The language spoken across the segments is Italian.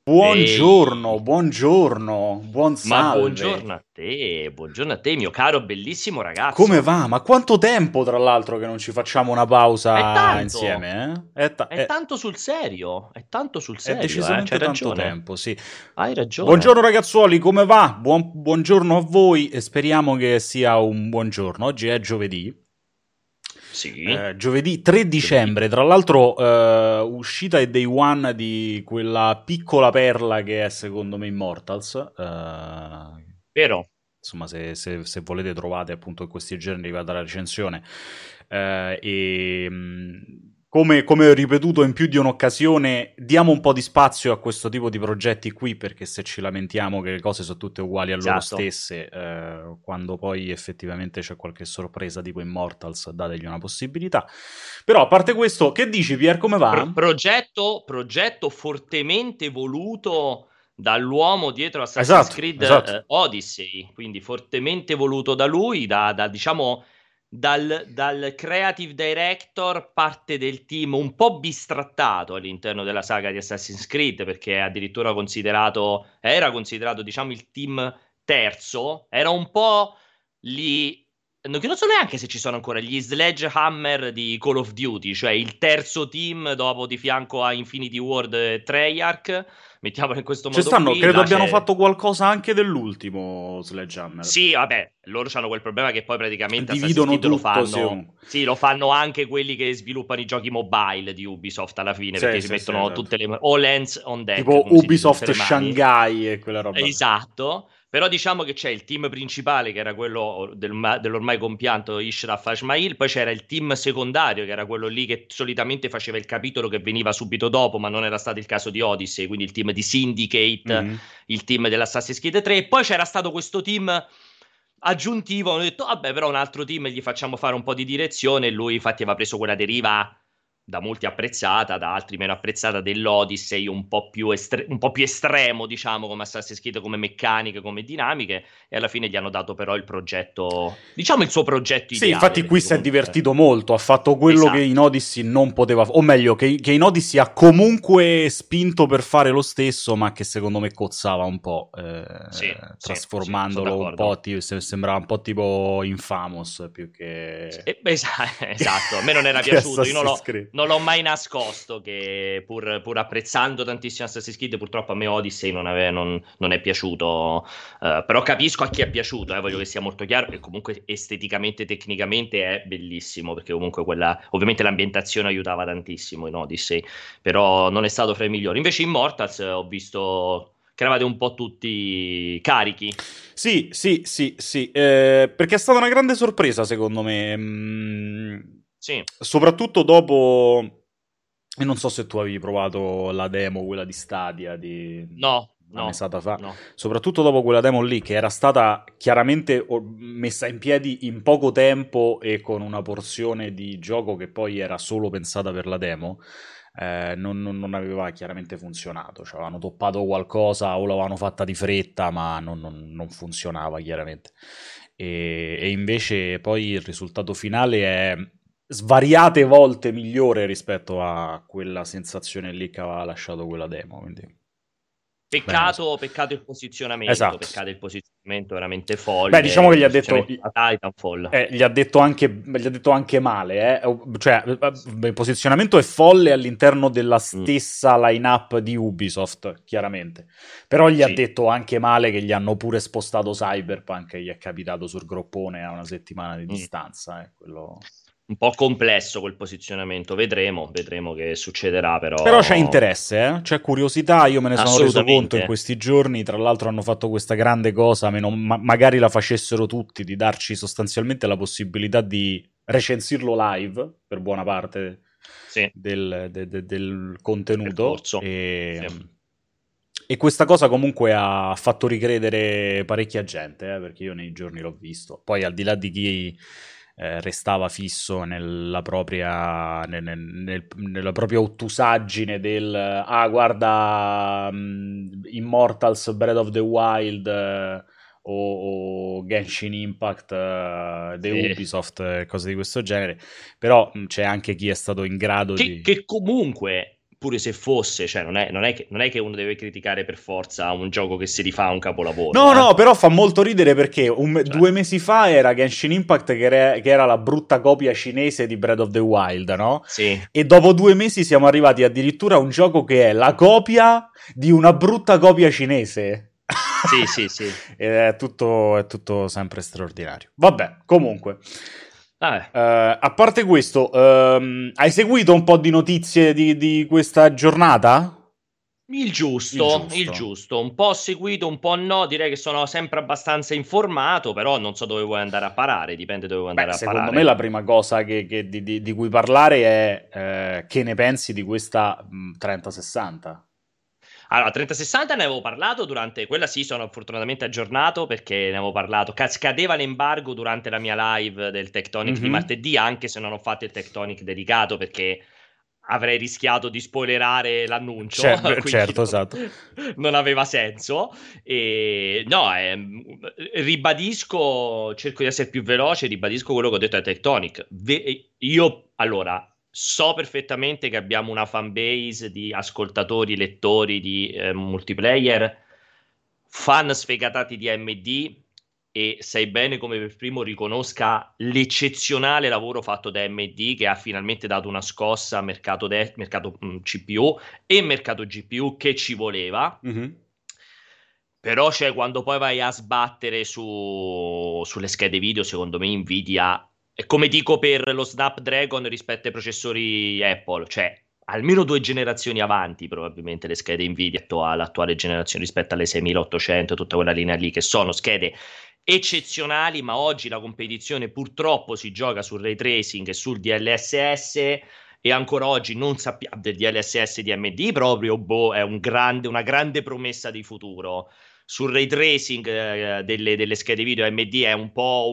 Buongiorno, Ehi, buongiorno, buon ma salve. buongiorno a te, mio caro bellissimo Come ragazzo. va? Ma quanto tempo, tra l'altro, che non ci facciamo una È pausa tanto, insieme, eh? è tanto sul serio, È c'hai decisamente tanto ragione, tempo, sì. hai ragione. Buongiorno ragazzuoli, come va? Buongiorno a voi e speriamo che sia un buon giorno. Oggi è giovedì. Sì, Giovedì 3 giovedì, dicembre, tra l'altro uscita e day one di quella piccola perla che è secondo me Immortals. vero? Insomma, se volete trovate appunto in questi giorni arrivata la recensione. Come ho ripetuto in più di un'occasione, diamo un po' di spazio a questo tipo di progetti qui, perché se ci lamentiamo che le cose sono tutte uguali a loro Esatto. stesse, quando poi effettivamente c'è qualche sorpresa tipo Immortals, dategli una possibilità. Però, a parte questo, che dici, Pier, come va? Progetto fortemente voluto dall'uomo dietro Assassin's Esatto, Creed esatto. Odyssey, quindi fortemente voluto da lui, diciamo dal creative director, parte del team un po' bistrattato all'interno della saga di Assassin's Creed, perché è addirittura era considerato, diciamo, il team terzo, era un po' lì. Che non so neanche se ci sono ancora gli Sledgehammer di Call of Duty, cioè il terzo team dopo di fianco a Infinity Ward e Treyarch, mettiamolo in questo Ci modo stanno, qui, credo là abbiano c'è. fatto qualcosa anche dell'ultimo Sledgehammer. Sì, vabbè, loro hanno quel problema che poi praticamente Assassin's Dividono Creed lo tutto, sì. fanno. Sì, lo fanno anche quelli che sviluppano i giochi mobile di Ubisoft alla fine, Sì, perché si sì, sì, mettono esatto. tutte le all hands on deck, Tipo come si dice, tutte Ubisoft le mani. Shanghai e quella roba là. Esatto, però diciamo che c'è il team principale che era quello dell'ormai compianto Ishraf Ismail, poi c'era il team secondario che era quello lì che solitamente faceva il capitolo che veniva subito dopo, ma non era stato il caso di Odyssey, quindi il team di Syndicate, Mhm. il team dell'Assassin's Creed 3, e poi c'era stato questo team aggiuntivo, hanno detto vabbè però un altro team gli facciamo fare un po' di direzione e lui infatti aveva preso quella deriva da molti apprezzata, da altri meno apprezzata dell'Odyssey, un po' più estremo, diciamo, come Assassin's Creed, come meccaniche, come dinamiche, e alla fine gli hanno dato però il progetto, diciamo il suo progetto Sì, ideale, infatti qui perché si è comunque. divertito molto, ha fatto quello che in Esatto, Odyssey non poteva, o meglio, che in Odyssey ha comunque spinto per fare lo stesso, ma che secondo me cozzava un po', sì, sì, sì, sono trasformandolo un d'accordo. po', sembrava un po' tipo Infamous più Sì, che, esatto, a me non era che piaciuto, io non Assassin's l'ho, Creed. non l'ho mai nascosto che pur apprezzando tantissimo Assassin's Creed, purtroppo a me Odyssey non è piaciuto, però capisco a chi è piaciuto, voglio che sia molto chiaro, e comunque esteticamente, tecnicamente è bellissimo, perché comunque ovviamente l'ambientazione aiutava tantissimo in Odyssey, però non è stato fra i migliori. Invece Immortals ho visto che eravate un po' tutti carichi, Sì, sì, sì, sì, perché è stata una grande sorpresa secondo me, sì, soprattutto dopo, e non so se tu avevi provato la demo, quella di Stadia, di no, una no, mesata fa, no. soprattutto dopo quella demo lì, che era stata chiaramente messa in piedi in poco tempo e con una porzione di gioco che poi era solo pensata per la demo, non aveva chiaramente funzionato. Cioè, avevano toppato qualcosa o l'avevano fatta di fretta, ma non funzionava chiaramente. E invece poi il risultato finale è svariate volte migliore rispetto a quella sensazione lì che aveva lasciato quella demo. Quindi, bene così. Esatto. Peccato il posizionamento veramente Beh, diciamo folle, che il posizionamento da Titanfall. gli ha detto anche male, eh. Cioè, il posizionamento è folle all'interno della Mm, stessa line-up di Ubisoft, chiaramente. Però gli ha sì. detto anche male che gli hanno pure spostato Cyberpunk e gli è capitato sul groppone a una settimana di Mm. distanza, quello. Un po' complesso quel posizionamento, vedremo che succederà, Però c'è però interesse, c'è curiosità, io me ne sono reso conto in assolutamente. questi giorni, tra l'altro hanno fatto questa grande cosa, magari la facessero tutti, di darci sostanzialmente la possibilità di recensirlo live, per buona parte Sì, del del contenuto, percorso. Sì. e questa cosa comunque ha fatto ricredere parecchia gente, perché io nei giorni l'ho visto. Poi al di là di chi restava fisso nella propria ottusaggine del guarda, Immortals Breath of the Wild, o Genshin Impact, The Sì. Ubisoft, cose di questo genere. Però c'è anche chi è stato in grado Che, di. che comunque, pure se fosse, cioè non è che uno deve criticare per forza un gioco che si rifà un No, capolavoro, no, però fa molto ridere perché Cioè, 2 mesi fa era Genshin Impact che era la brutta copia cinese di Breath of the Wild, no? sì, E dopo 2 mesi siamo arrivati addirittura a un gioco che è la copia di una brutta copia cinese. sì, sì, sì. Ed è tutto sempre straordinario. Vabbè, comunque. Vabbè. A parte questo, hai seguito un po' di notizie di questa giornata? Il Il giusto. giusto, un po' seguito, un po' no, direi che sono sempre abbastanza informato, però non so dove vuoi andare a parare, dipende dove vuoi Beh, andare a secondo me parare. la prima cosa di cui parlare è che ne pensi di questa 3060. Allora, 3060 ne avevo parlato durante quella sì, sono fortunatamente aggiornato perché ne avevo parlato. Scadeva l'embargo durante la mia live del Tectonic di Mhm. martedì, anche se non ho fatto il Tectonic dedicato perché avrei rischiato di spoilerare l'annuncio, quindi Certo, esatto. non aveva senso. E no, ribadisco, cerco di essere più veloce, ribadisco quello che ho detto ai Tectonic. Io allora so perfettamente che abbiamo una fanbase di ascoltatori, lettori di multiplayer, fan sfegatati di AMD e sai bene come per primo riconosca l'eccezionale lavoro fatto da AMD che ha finalmente dato una scossa a mercato CPU e mercato GPU che ci voleva. Mhm. Però cioè, quando poi vai a sbattere sulle schede video, secondo me Nvidia è come dico per lo Snapdragon rispetto ai processori Apple, cioè almeno 2 generazioni avanti probabilmente le schede Nvidia all'attuale generazione rispetto alle 6800, tutta quella linea lì, che sono schede eccezionali, ma oggi la competizione purtroppo si gioca sul ray tracing e sul DLSS e ancora oggi non sappiamo del DLSS di AMD proprio, boh, è una grande promessa di futuro sul ray tracing delle schede video AMD è un po'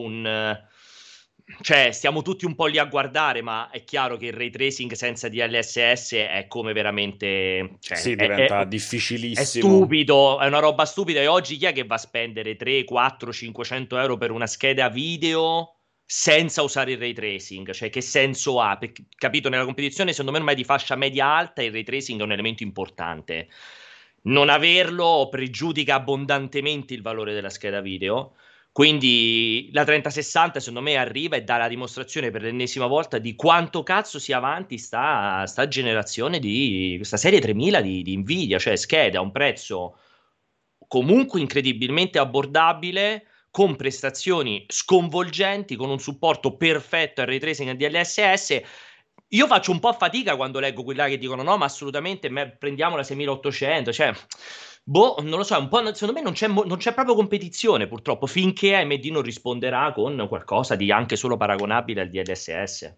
cioè, stiamo tutti un po' lì a guardare, ma è chiaro che il ray tracing senza DLSS è come veramente... Cioè, Sì, è diventa è difficilissimo. stupido, è una roba stupida. E oggi chi è che va a spendere 3, 4, 500 euro per una scheda video senza usare il ray tracing? Cioè, che senso ha? Perché, capito, nella competizione, secondo me, ormai di fascia media alta, il ray tracing è un elemento importante. Non averlo pregiudica abbondantemente il valore della scheda video. Quindi la 3060 secondo me arriva e dà la dimostrazione per l'ennesima volta di quanto cazzo sia avanti sta generazione di questa serie 3000 di Nvidia, cioè schede a un prezzo comunque incredibilmente abbordabile, con prestazioni sconvolgenti, con un supporto perfetto al ray tracing e DLSS. Io faccio un po' fatica quando leggo quelli là che dicono no, ma assolutamente prendiamo la 6800, cioè boh, non lo so, un po', secondo me non c'è proprio competizione purtroppo, finché AMD non risponderà con qualcosa di anche solo paragonabile al DLSS.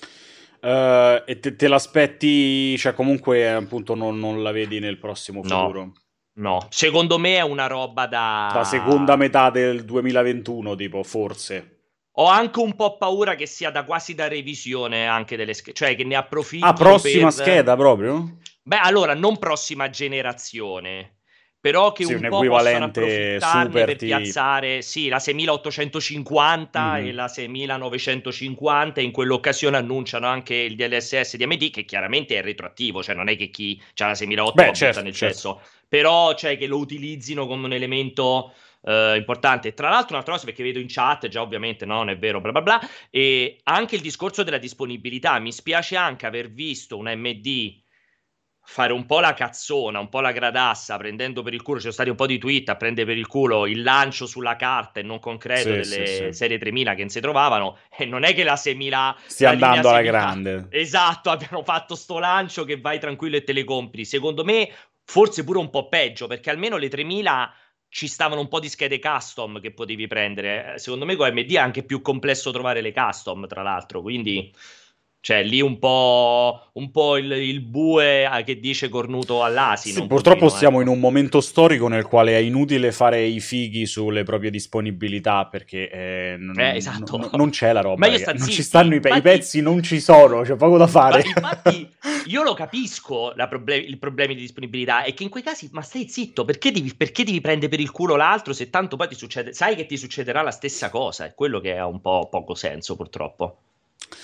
E te l'aspetti, cioè comunque appunto non la vedi nel prossimo No, futuro. no, secondo me è una roba La seconda da... metà del 2021, tipo, forse. Ho anche un po' paura che sia da quasi da revisione anche delle schede, cioè che ne Ah, approfittino prossima per... scheda proprio? Beh, allora, non prossima generazione, però che Sì, un un po' possano equivalente approfittarne super per piazzare, sì, la 6850 e Mhm. la 6950, e in quell'occasione annunciano anche il DLSS di AMD, che chiaramente è retroattivo, cioè non è che chi ha la 6800 Beh, la butta certo, nel certo. cesso, però cioè che lo utilizzino come un elemento importante. Tra l'altro, un'altra cosa, perché vedo in chat, già ovviamente no, non è vero, bla bla bla, e anche il discorso della disponibilità. Mi spiace anche aver visto un AMD fare un po' la cazzona, un po' la gradassa, prendendo per il culo, ci sono stati un po' di tweet a prendere per il culo il lancio sulla carta e non concreto Sì, sì, delle sì. serie 3000 che non si trovavano, e non è che la 6000, Stia la linea andando alla 6000, grande. esatto, abbiano fatto sto lancio che vai tranquillo e te le compri. Secondo me, forse pure un po' peggio, perché almeno le 3000 ci stavano un po' di schede custom che potevi prendere. Secondo me con AMD è anche più complesso trovare le custom, tra l'altro, quindi cioè lì un po' il bue che dice cornuto all'asino, Sì, un purtroppo pochino, siamo in ecco. un momento storico nel quale è inutile fare i fighi sulle proprie disponibilità perché Esatto. non c'è la roba, Meglio raga. sta Non ci zitti. stanno i Infatti, pezzi, non ci sono, c'è poco da fare. infatti io lo capisco il problema di disponibilità, è che in quei casi, ma stai zitto, perché devi prendere per il culo l'altro se tanto poi ti succede, sai che ti succederà la stessa cosa, è quello che ha un po' poco senso purtroppo.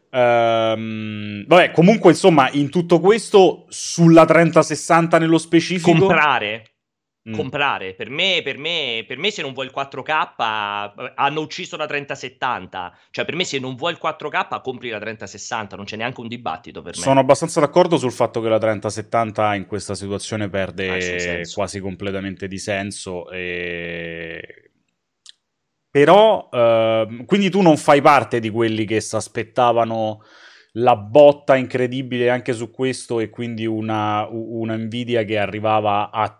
Vabbè, comunque, insomma, in tutto questo, sulla 3060 nello specifico... Comprare, per me se non vuoi il 4K hanno ucciso la 3070, cioè per me se non vuoi il 4K compri la 3060, non c'è neanche un dibattito per me. Sono abbastanza d'accordo sul fatto che la 3070 in questa situazione Ha il suo perde senso. quasi completamente di senso. Però, quindi tu non fai parte di quelli che si aspettavano la botta incredibile anche su questo e quindi una Nvidia che arrivava a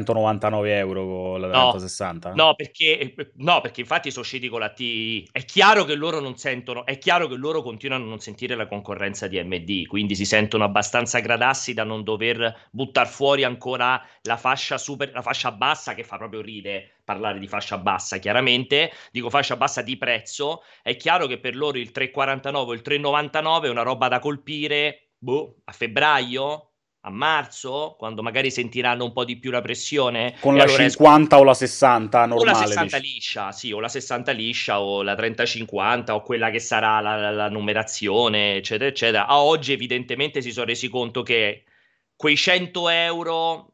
399 euro con la No, 3060? no, perché infatti sono usciti con la TI. È chiaro che loro non sentono, è chiaro che loro continuano a non sentire la concorrenza di AMD, quindi si sentono abbastanza gradassi da non dover buttare fuori ancora la fascia super, la fascia bassa, che fa proprio ride parlare di fascia bassa, chiaramente. Dico fascia bassa di prezzo. È chiaro che per loro il 349 o il 399 è una roba da colpire, boh, a febbraio, a marzo, quando magari sentiranno un po' di più la pressione, Con e la allora escono 50 o la 60 o la normale, 60 dici? liscia, sì, o la 60 liscia, o la 3050, o quella che sarà la numerazione, eccetera, eccetera. A oggi evidentemente si sono resi conto che quei 100 euro,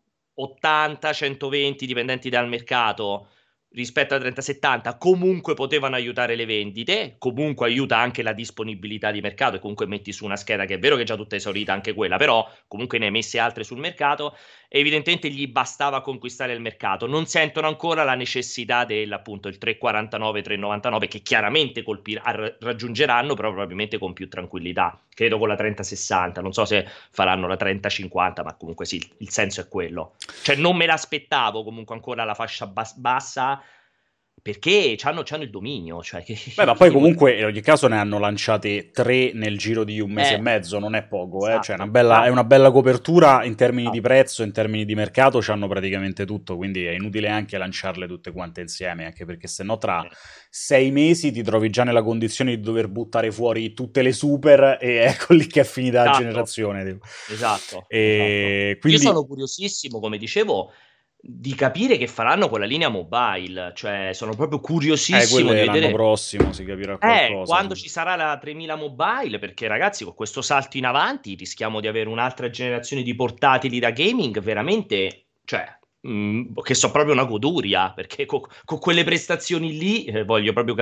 80, 120, dipendenti dal mercato, rispetto alla 3070, comunque potevano aiutare le vendite, comunque aiuta anche la disponibilità di mercato, e comunque metti su una scheda che è vero che è già tutta esaurita anche quella, però comunque ne hai messe altre sul mercato, e evidentemente gli bastava conquistare il mercato. Non sentono ancora la necessità appunto il 349, 399, che chiaramente raggiungeranno, però probabilmente con più tranquillità. Credo con la 3060, non so se faranno la 3050, ma comunque sì, il senso è quello. Cioè non me l'aspettavo comunque ancora la fascia bassa, perché c'hanno il dominio, cioè Beh, ma che poi ti vuoi comunque in ogni caso ne hanno lanciate 3 nel giro di un mese e dire? mezzo, non è poco, eh? Cioè Esatto, è una bella copertura in termini di esatto. prezzo, in termini di mercato, c'hanno praticamente tutto, quindi è inutile anche lanciarle tutte quante insieme, anche perché sennò tra 6 mesi ti trovi già nella condizione di dover buttare fuori tutte le super e ecco lì che è finita la Esatto. generazione. Tipo. Esatto. E Io quindi, sono curiosissimo, come dicevo, di capire che faranno con la linea mobile, cioè sono proprio curiosissimo di quelle l'anno vedere prossimo si capirà qualcosa, quando sì. ci sarà la 3000 mobile, perché ragazzi, con questo salto in avanti rischiamo di avere un'altra generazione di portatili da gaming veramente, cioè, che so proprio una goduria, perché con quelle prestazioni lì voglio proprio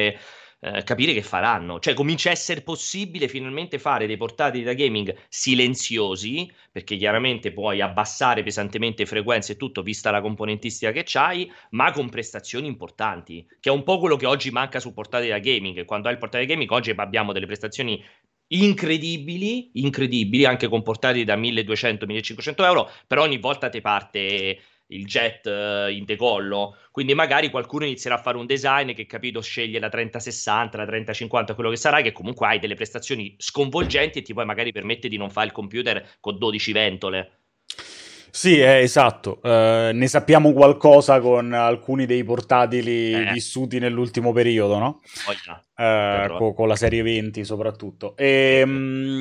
capire che faranno. Cioè, comincia a essere possibile finalmente fare dei portatili da gaming silenziosi, perché chiaramente puoi abbassare pesantemente frequenze e tutto, vista la componentistica che c'hai, ma con prestazioni importanti, che è un po' quello che oggi manca su portatili da gaming. Quando hai il portatile da gaming, oggi abbiamo delle prestazioni incredibili, incredibili, anche con portatili da 1200-1500 euro, però ogni volta ti parte il jet in decollo, quindi magari qualcuno inizierà a fare un design che, capito, sceglie la 3060, la 3050, quello che sarà, che comunque hai delle prestazioni sconvolgenti e ti poi magari permette di non fare il computer con 12 ventole. Sì, esatto. Ne sappiamo qualcosa con alcuni dei portatili Eh, vissuti nell'ultimo periodo, no? voglia, voglia trovare. Con la serie 20 soprattutto. Sì.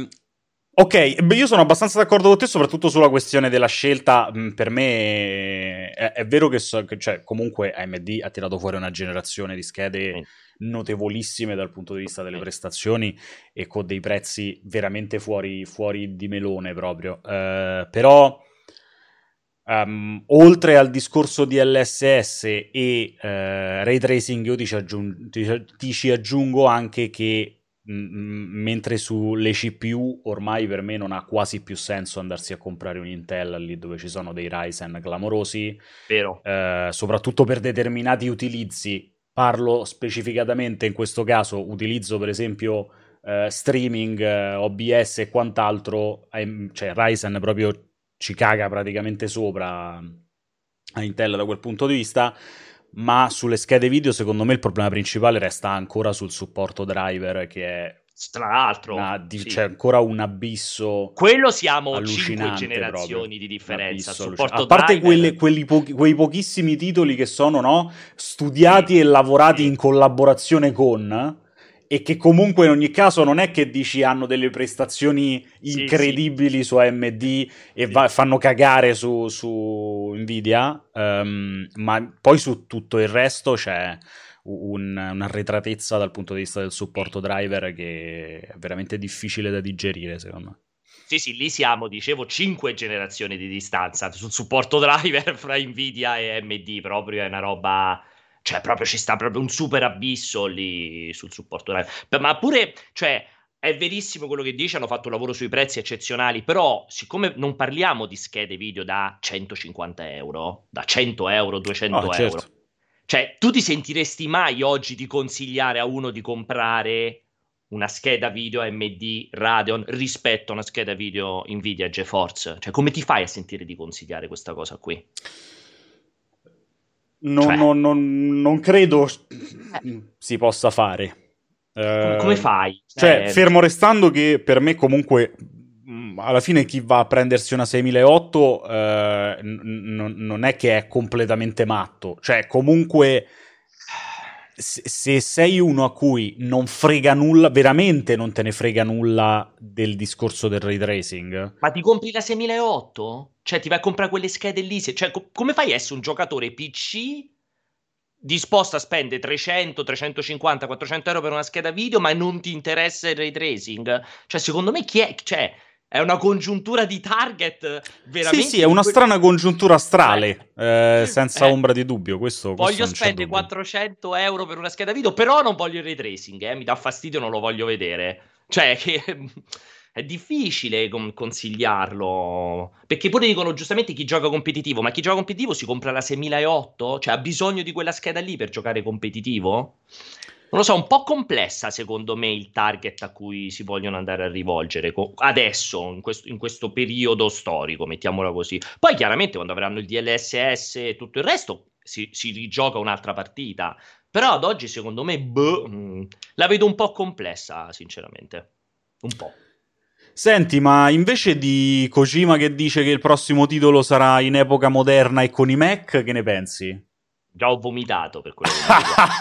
Ok, beh, io sono abbastanza d'accordo con te, soprattutto sulla questione della scelta. Per me è vero cioè, comunque AMD ha tirato fuori una generazione di schede notevolissime dal punto di vista delle prestazioni e con dei prezzi veramente fuori di melone proprio. Però oltre al discorso di LSS e ray tracing, io ti ci aggiungo anche che mentre sulle CPU ormai per me non ha quasi più senso andarsi a comprare un Intel lì dove ci sono dei Ryzen clamorosi, Vero. soprattutto per determinati utilizzi. Parlo specificatamente in questo caso, utilizzo per esempio streaming, OBS e quant'altro, cioè Ryzen proprio ci caga praticamente sopra a Intel da quel punto di vista, ma sulle schede video secondo me il problema principale resta ancora sul supporto driver che è Tra l'altro, c'è sì. ancora un abisso Quello siamo 5 allucinante proprio. generazioni di Un differenza. abisso Supporto A parte driver. quei pochissimi titoli che sono no, Sì, studiati e lavorati sì, in collaborazione con, e che comunque in ogni caso non è che dici hanno delle prestazioni sì, sì, incredibili su AMD e sì. fanno cagare su Nvidia, ma poi su tutto il resto c'è un'arretratezza dal punto di vista del supporto driver che è veramente difficile da digerire, secondo me. Sì, sì, lì siamo, dicevo, 5 generazioni di distanza sul supporto driver fra Nvidia e AMD, proprio è una roba, cioè proprio ci sta proprio un super abisso lì sul supporto driver. Ma pure, cioè, è verissimo quello che dice, hanno fatto un lavoro sui prezzi eccezionali, però siccome non parliamo di schede video da 150 euro, da 100 euro, Oh, 200 euro, certo. cioè, tu ti sentiresti mai oggi di consigliare a uno di comprare una scheda video AMD Radeon rispetto a una scheda video Nvidia GeForce? Cioè, come ti fai a sentire di consigliare questa cosa qui? Non, Cioè, non credo eh, si possa fare. come fai? Cioè, Cioè, fermo restando che per me comunque alla fine chi va a prendersi una 6008 non è che è completamente matto. Cioè, comunque se sei uno a cui non frega nulla, veramente non te ne frega nulla del discorso del ray tracing. ma ti compri la 6008? Cioè, ti vai a comprare quelle schede lì? Cioè, come fai a essere un giocatore PC disposto a spendere 300, 350, 400 euro per una scheda video, ma non ti interessa il ray tracing? Cioè, secondo me chi è? Cioè, è una congiuntura di target Sì, sì, veramente è di una quel... strana congiuntura Eh, astrale, senza eh, ombra di dubbio, questo voglio non c'è spendere dubbio. 400 euro per una scheda video, però non voglio il ray tracing, mi dà fastidio, non lo voglio vedere. Cioè, che è difficile consigliarlo. Perché pure dicono giustamente chi gioca competitivo, ma chi gioca competitivo si compra la 6008? Cioè, ha bisogno di quella scheda lì per giocare competitivo? Non lo so, un po' complessa secondo me il target a cui si vogliono andare a rivolgere adesso, in questo periodo storico, mettiamola così. Poi chiaramente quando avranno il DLSS e tutto il resto si rigioca un'altra partita. Però ad oggi secondo me boh, la vedo un po' complessa, sinceramente. Un po'. Senti, ma invece di Kojima che dice che il prossimo titolo sarà in epoca moderna e con i Mac, che ne pensi? Già ho vomitato per quello che mi riguarda.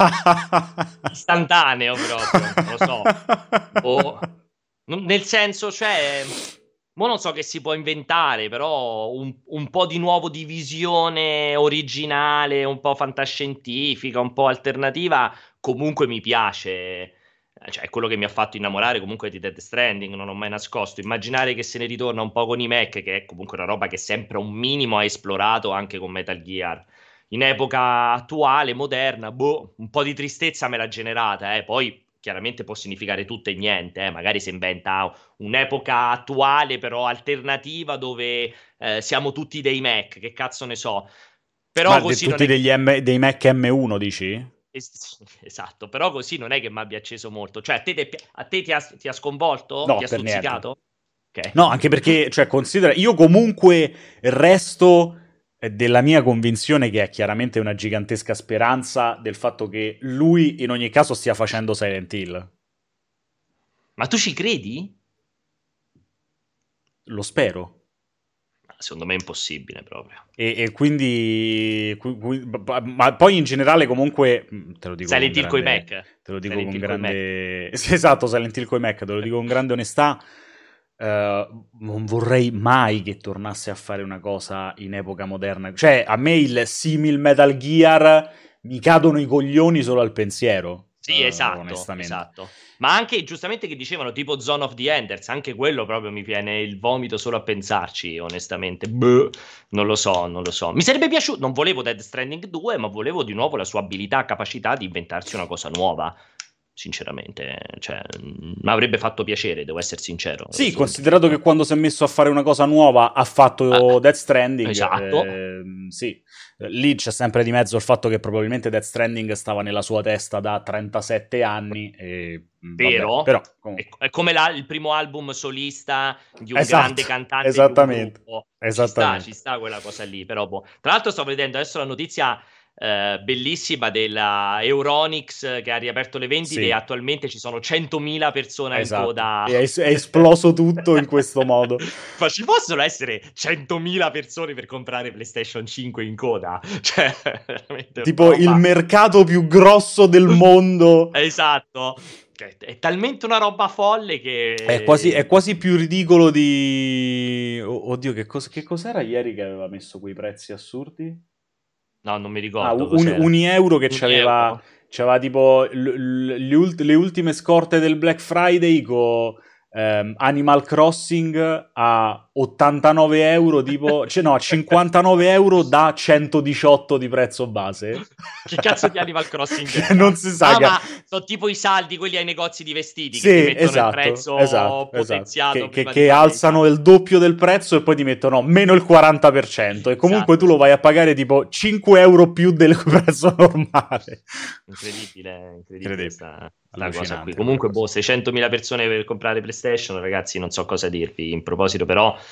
Istantaneo proprio, non lo so. Boh. Nel senso, cioè, mo non so che si può inventare, però un po' di nuovo di visione originale, un po' fantascientifica, un po' alternativa, comunque mi piace. Cioè, è quello che mi ha fatto innamorare comunque di Death Stranding, non ho mai nascosto. Immaginare che se ne ritorna un po' con i Mac, che è comunque una roba che sempre un minimo ha esplorato anche con Metal Gear. In epoca attuale, moderna, boh, un po' di tristezza me l'ha generata, Poi chiaramente può significare tutto e niente, Magari si inventa un'epoca attuale, però alternativa, dove siamo tutti dei Mac, che cazzo ne so. Però Ma così non tutti è che... dei Mac M1, dici? Esatto, però così non è che mi abbia acceso molto. Cioè, a te ti ha sconvolto? Ti No, ha per niente. stuzzicato? Ok. No, anche perché, cioè, considera, io comunque resto della mia convinzione che è chiaramente una gigantesca speranza del fatto che lui in ogni caso stia facendo Silent Hill. Ma tu ci credi? Lo spero. Secondo me è impossibile proprio. E quindi, ma poi in generale comunque, te lo dico con Silent Hill coi grande, Mac. te lo dico Silent con Hill coi Mac. grande, sì, esatto, Silent Hill coi Mac, te lo dico con grande onestà, non vorrei mai che tornasse a fare una cosa in epoca moderna. Cioè, a me il simil Metal Gear mi cadono i coglioni solo al pensiero, Sì, esatto, onestamente. esatto. Ma anche giustamente che dicevano tipo Zone of the Enders, anche quello proprio mi viene il vomito solo a pensarci, onestamente. Boh, non lo so, non lo so. Mi sarebbe piaciuto, non volevo Dead Stranding 2, ma volevo di nuovo la sua abilità, capacità di inventarsi una cosa nuova. Sinceramente, cioè, mi avrebbe fatto piacere, devo essere sincero. Sì, Questo punto di considerato che vista. quando si è messo a fare una cosa nuova ha fatto Death Stranding, Esatto, sì. Lì c'è sempre di mezzo il fatto che probabilmente Death Stranding stava nella sua testa da 37 anni e vabbè, vero? però È come il primo album solista di un grande esatto, cantante di un esattamente, gruppo. Ci esattamente. sta quella cosa lì. Però, boh. Tra l'altro, sto vedendo adesso la notizia bellissima della Euronics che ha riaperto le vendite e Sì, attualmente ci sono 100.000 persone in esatto. coda. È esploso tutto in questo modo. Ma ci possono essere 100.000 persone per comprare PlayStation 5 in coda? Cioè, veramente una Tipo il roba. mercato più grosso del mondo. Esatto. Cioè, è talmente una roba folle È che... quasi più ridicolo di... Oddio, che cos'era ieri che aveva messo quei prezzi assurdi? No, non mi Ah, ricordo cos'era. un euro che Un c'aveva euro? c'aveva tipo le ultime scorte del Black Friday con Animal Crossing a 89 euro, tipo, cioè no, a 59 euro da 118 di prezzo base. Che cazzo di Animal Crossing Che non si sa ma sono tipo i saldi, quelli ai negozi di vestiti, sì, che ti mettono il esatto, prezzo esatto. potenziato prima di Che fare alzano il doppio del prezzo e poi ti mettono meno il 40%, e comunque Esatto. tu lo vai a pagare tipo 5 euro più del prezzo normale. Incredibile sta cosa qui. Allucinante Comunque, quella cosa. 600.000 persone per comprare PlayStation, ragazzi, non so cosa dirvi in proposito,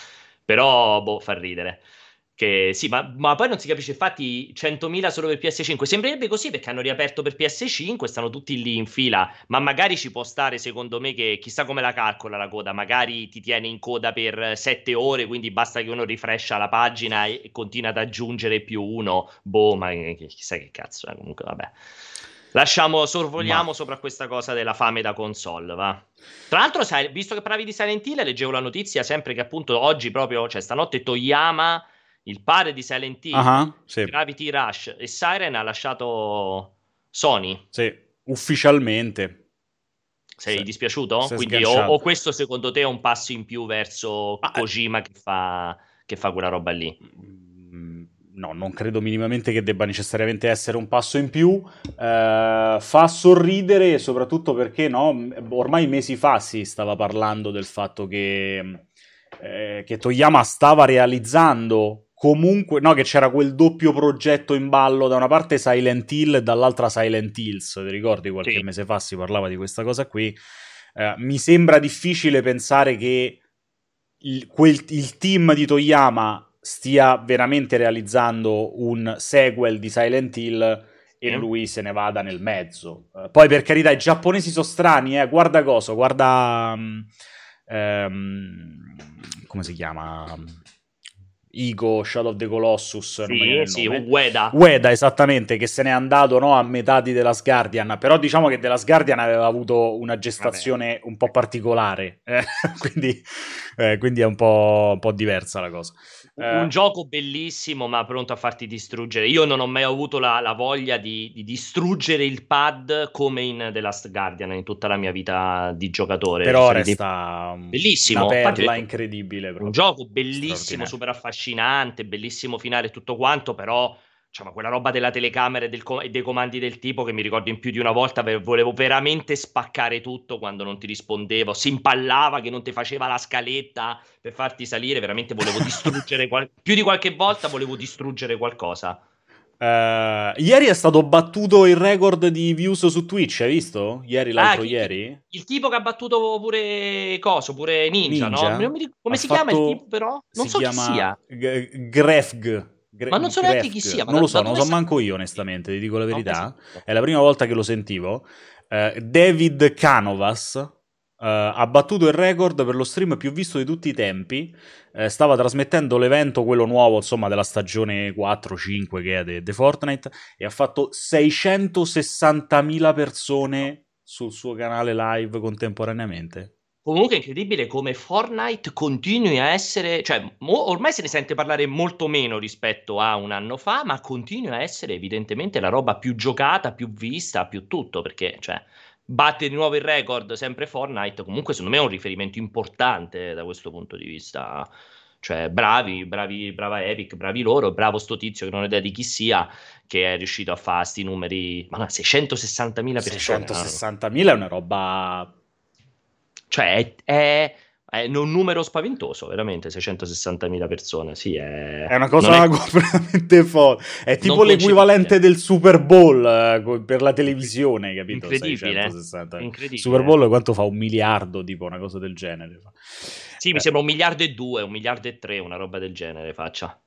però fa ridere. Che sì, ma poi non si capisce, infatti 100.000 solo per PS5, sembrerebbe così perché hanno riaperto per PS5, stanno tutti lì in fila, ma magari ci può stare, secondo me, che chissà come la calcola la coda, magari ti tiene in coda per 7 ore, quindi basta che uno rifrescia la pagina e continua ad aggiungere più uno, ma chissà che cazzo, comunque vabbè. Sorvoliamo sopra questa cosa della fame da console, va. Tra l'altro, visto che parlavi di Silent Hill, leggevo la notizia sempre che appunto oggi proprio, cioè stanotte Toyama, il padre di Silent Hill, Sì. Gravity Rush e Siren ha lasciato Sony. Sì, ufficialmente. Sei dispiaciuto? Si è Quindi sganciato. o questo secondo te è un passo in più verso Kojima che fa quella roba lì? No, non credo minimamente che debba necessariamente essere un passo in più. Fa sorridere, soprattutto perché no, ormai mesi fa si stava parlando del fatto che Toyama stava realizzando comunque, no, che c'era quel doppio progetto in ballo, da una parte Silent Hill e dall'altra Silent Hills. Ti ricordi qualche mese fa si parlava di questa cosa qui? Mi sembra difficile pensare che il team di Toyama stia veramente realizzando un sequel di Silent Hill e lui se ne vada nel mezzo. Poi, per carità, i giapponesi sono strani, guarda cosa, guarda come si chiama? Igo, Shadow of the Colossus, non mi viene il nome. Ueda, esattamente, che se n'è andato, no, a metà di The Last Guardian, però diciamo che The Last Guardian aveva avuto una gestazione un po' particolare, quindi è un po' diversa la cosa. Un gioco bellissimo, ma pronto a farti distruggere. Io non ho mai avuto la voglia di distruggere il pad come in The Last Guardian in tutta la mia vita di giocatore. Però resta bellissimo, una perla incredibile. Un gioco bellissimo, super affascinante, bellissimo finale e tutto quanto, però ma quella roba della telecamera e dei comandi del tipo che mi ricordo in più di una volta volevo veramente spaccare tutto quando non ti rispondevo, si impallava che non ti faceva la scaletta per farti salire, veramente volevo distruggere più di qualche volta volevo distruggere qualcosa. Ieri è stato battuto il record di views su Twitch, hai visto? L'altro ieri? Il tipo che ha battuto pure Ninja. No? Come si chiama il tipo però? Non so chi sia. Grefg. Ma non so neanche chi sia. Non lo so manco io, onestamente, ti dico la verità. È la prima volta che lo sentivo. David Canovas ha battuto il record per lo stream più visto di tutti i tempi. Stava trasmettendo l'evento, quello nuovo, insomma, della stagione 4-5 che è di Fortnite, e ha fatto 660.000 persone sul suo canale live contemporaneamente. Comunque è incredibile come Fortnite continui a essere, cioè ormai se ne sente parlare molto meno rispetto a un anno fa, ma continua a essere evidentemente la roba più giocata, più vista, più tutto, perché cioè batte di nuovo il record sempre Fortnite, comunque secondo me è un riferimento importante da questo punto di vista. Cioè brava Epic, bravi loro, bravo sto tizio che non ho idea di chi sia, che è riuscito a fare sti numeri, ma no, 660.000 persone. 660.000 è una roba... Cioè è un numero spaventoso, veramente, 660.000 persone, sì, è una cosa veramente folle. È tipo l'equivalente del Super Bowl per la televisione, capito? Incredibile. Super Bowl quanto fa? 1 miliardo, tipo, una cosa del genere. Sì, mi sembra 1,2 miliardi, 1,3 miliardi, una roba del genere faccia.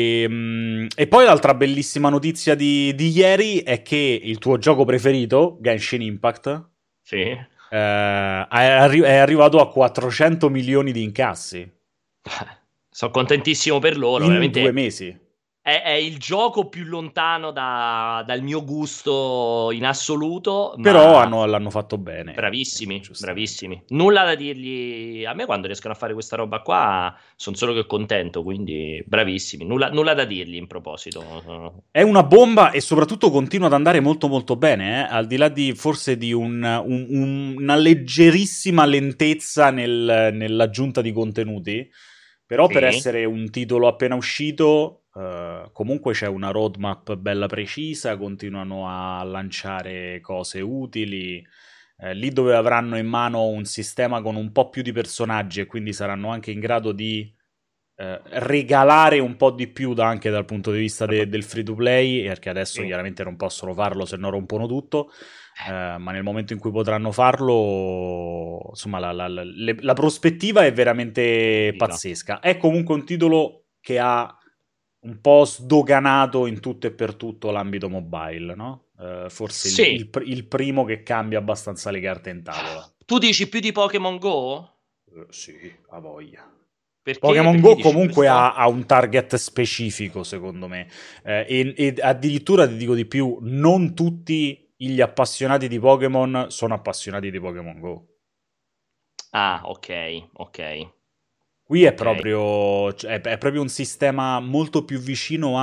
E poi l'altra bellissima notizia di ieri è che il tuo gioco preferito, Genshin Impact, sì, è arrivato a 400 milioni di incassi. Sono contentissimo per loro. In veramente 2 mesi. è il gioco più lontano dal mio gusto in assoluto, Però ma l'hanno fatto bene, bravissimi, giustamente. bravissimi. Nulla da dirgli. A me quando riescono a fare questa roba qua sono solo che contento, quindi bravissimi. Nulla da dirgli in proposito. È una bomba e soprattutto continua ad andare molto molto bene, al di là di forse di una leggerissima lentezza nell'aggiunta di contenuti, però per Sì, essere un titolo appena uscito, comunque c'è una roadmap bella precisa, continuano a lanciare cose utili, lì dove avranno in mano un sistema con un po' più di personaggi e quindi saranno anche in grado di regalare un po' di più anche dal punto di vista del free to play, perché adesso sì. chiaramente non possono farlo se no rompono tutto, ma nel momento in cui potranno farlo, insomma, la prospettiva è veramente Viva. pazzesca. È comunque un titolo che ha un po' sdoganato in tutto e per tutto l'ambito mobile, no? Forse Sì. il primo che cambia abbastanza le carte in tavola. Tu dici più di Pokémon Go? Sì, a voglia. Perché? Pokémon Perché Go dici comunque questo? ha un target specifico, secondo me. E addirittura ti dico di più, non tutti gli appassionati di Pokémon sono appassionati di Pokémon Go. Ah, ok, ok, Qui è ok. proprio, cioè, è proprio un sistema molto più vicino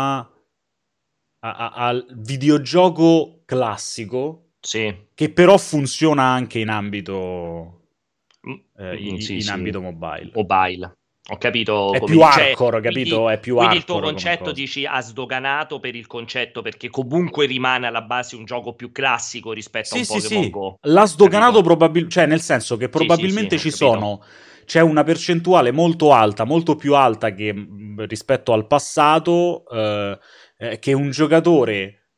al videogioco classico, Sì. che però funziona anche in ambito, Sì, in sì, ambito mobile. mobile. Ho capito È come più dici. Cioè, hardcore, quindi, capito? È più quindi il tuo hardcore come concetto cosa. dici ha sdoganato per il concetto perché comunque rimane alla base un gioco più classico rispetto a Sì, un sì, Pokémon sì. Go. L'ha sdoganato Capito? probabilmente, cioè nel senso che Sì, sì, sì, probabilmente ho capito. c'è una percentuale molto alta, molto più alta che rispetto al passato, che un giocatore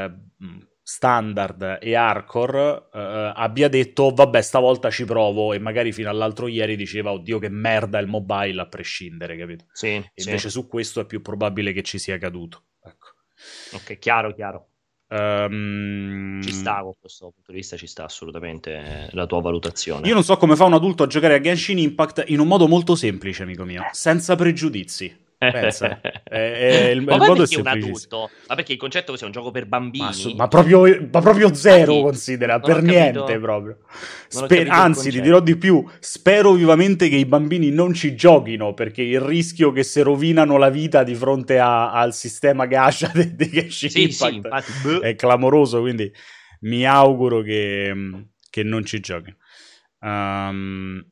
standard e hardcore abbia detto vabbè stavolta ci provo e magari fino all'altro ieri diceva oddio che merda il mobile a prescindere, capito? Sì, E sì. invece su questo è più probabile che ci sia caduto. Ecco. Ok, chiaro, chiaro. Ci Ehm, sta, da questo punto di vista ci sta assolutamente la tua Io valutazione. non so come fa un adulto a giocare a Genshin Impact in un modo molto semplice, amico mio, senza pregiudizi. Pensa, Ma il poi modo è perché un semplicissimo. adulto? Ma perché il concetto che sia un gioco per bambini? Ma proprio A zero, chi? considera, Non ho per niente capito, proprio. non ho capito il Anzi, ti dirò concetto. di più, spero vivamente che i bambini non ci giochino, perché il rischio che se rovinano la vita di fronte al sistema gacha di Genshin Sì, sì, Impact infatti, boh. è clamoroso, quindi mi auguro che non ci giochino. Um,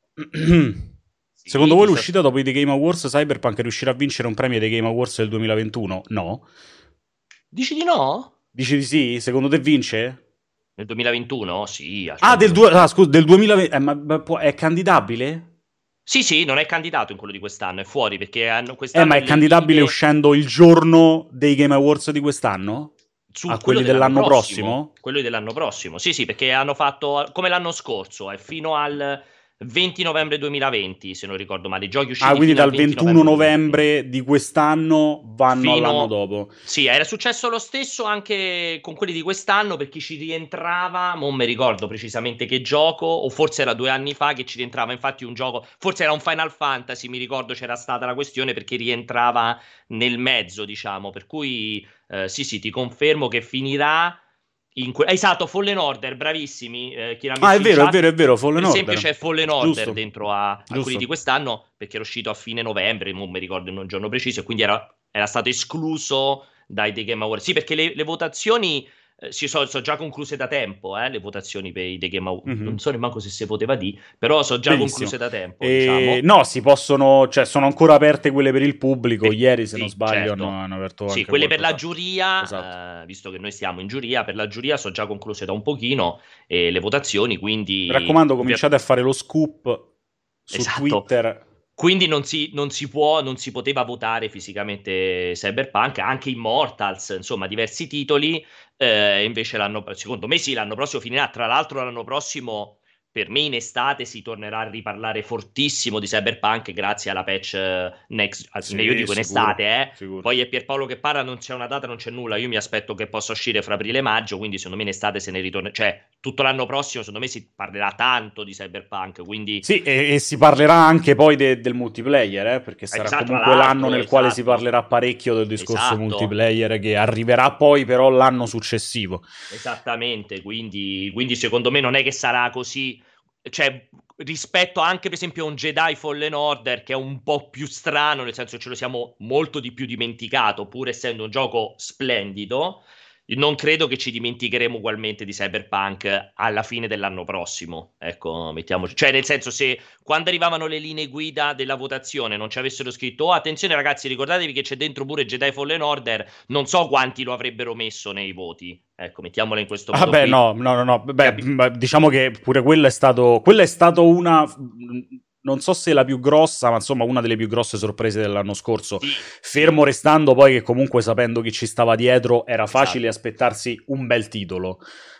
Secondo Sì, voi chissà. l'uscita dopo i The Game Awards Cyberpunk riuscirà a vincere un premio dei Game Awards del 2021? No. Dici di no? Dici di sì? Secondo te vince? Nel 2021? Sì, al Ah, ah, 100%. scusa, del 2020. Ma è candidabile? Sì, sì, non è candidato in quello di quest'anno, è fuori perché quest'anno Ma è è le candidabile linee uscendo il giorno dei Game Awards di quest'anno? su A quello quelli dell'anno dell'anno prossimo. prossimo? Quello dell'anno prossimo. Sì, sì, perché hanno fatto come l'anno scorso, è fino al 20 novembre 2020, se non ricordo male, i giochi Ah, usciti quindi fino al dal 20 21 novembre 2020. novembre di quest'anno vanno all'anno Fino. dopo. Sì, era successo lo stesso anche con quelli di quest'anno per chi ci rientrava, non mi ricordo precisamente che gioco, o forse era 2 anni fa che ci rientrava infatti un gioco, forse era un Final Fantasy, mi ricordo c'era stata la questione perché rientrava nel mezzo, diciamo, per cui sì, sì, ti confermo che finirà esatto, Fallen Order, bravissimi, chi l'ha Ah, è messo in vero, è vero, chat. è vero, Per Fallen esempio Order. c'è Fallen Order Giusto, dentro a quelli di giusto. quest'anno perché era uscito a fine novembre, non mi ricordo in un giorno preciso, e quindi era stato escluso dai The Game Awards. Sì, perché le votazioni sono già concluse da tempo, le votazioni per i The Game Awards. Non Mhm. so nemmeno se si poteva dire, però sono già Benissimo. concluse da tempo, diciamo. No, si possono, cioè sono ancora aperte quelle per il pubblico. Ieri, se non Sì, sbaglio, certo. hanno aperto Sì, anche quelle per la qualcosa. Esatto. giuria, visto che noi stiamo in giuria, per la giuria sono già concluse da un pochino le votazioni, Mi quindi raccomando, cominciate a fare lo scoop su esatto. Twitter. Quindi non si poteva votare fisicamente Cyberpunk, anche Immortals, insomma, diversi titoli. Invece secondo me sì, l'anno prossimo finirà. Tra l'altro, l'anno prossimo per me in estate si tornerà a riparlare fortissimo di Cyberpunk grazie alla patch next. Io Sì, dico in sicuro, estate, eh. sicuro. Poi è Pierpaolo che parla, non c'è una data, non c'è nulla. Io mi aspetto che possa uscire fra aprile e maggio, quindi secondo me in estate se ne ritorna. Cioè, tutto l'anno prossimo, secondo me si parlerà tanto di Cyberpunk, quindi Sì, e si parlerà anche poi del multiplayer, perché sarà esatto, tra comunque l'anno l'altro, nel quale si esatto, parlerà parecchio del discorso esatto. multiplayer che arriverà poi però l'anno successivo. Esattamente, quindi secondo me non è che sarà così, cioè rispetto anche per esempio a un Jedi Fallen Order che è un po' più strano, nel senso che ce lo siamo molto di più dimenticato, pur essendo un gioco splendido, non credo che ci dimenticheremo ugualmente di Cyberpunk alla fine dell'anno prossimo, ecco, mettiamoci, cioè nel senso se quando arrivavano le linee guida della votazione non ci avessero scritto oh attenzione ragazzi ricordatevi che c'è dentro pure Jedi Fallen Order, non so quanti lo avrebbero messo nei voti. Ecco, mettiamola in questo Ah modo beh, qui. no, no, no, no. Beh, Capi- diciamo che pure quello è stato una, non so se la più grossa, ma insomma una delle più grosse sorprese dell'anno scorso. Sì, Fermo sì, restando poi che comunque sapendo chi ci stava dietro era facile esatto. aspettarsi un bel titolo.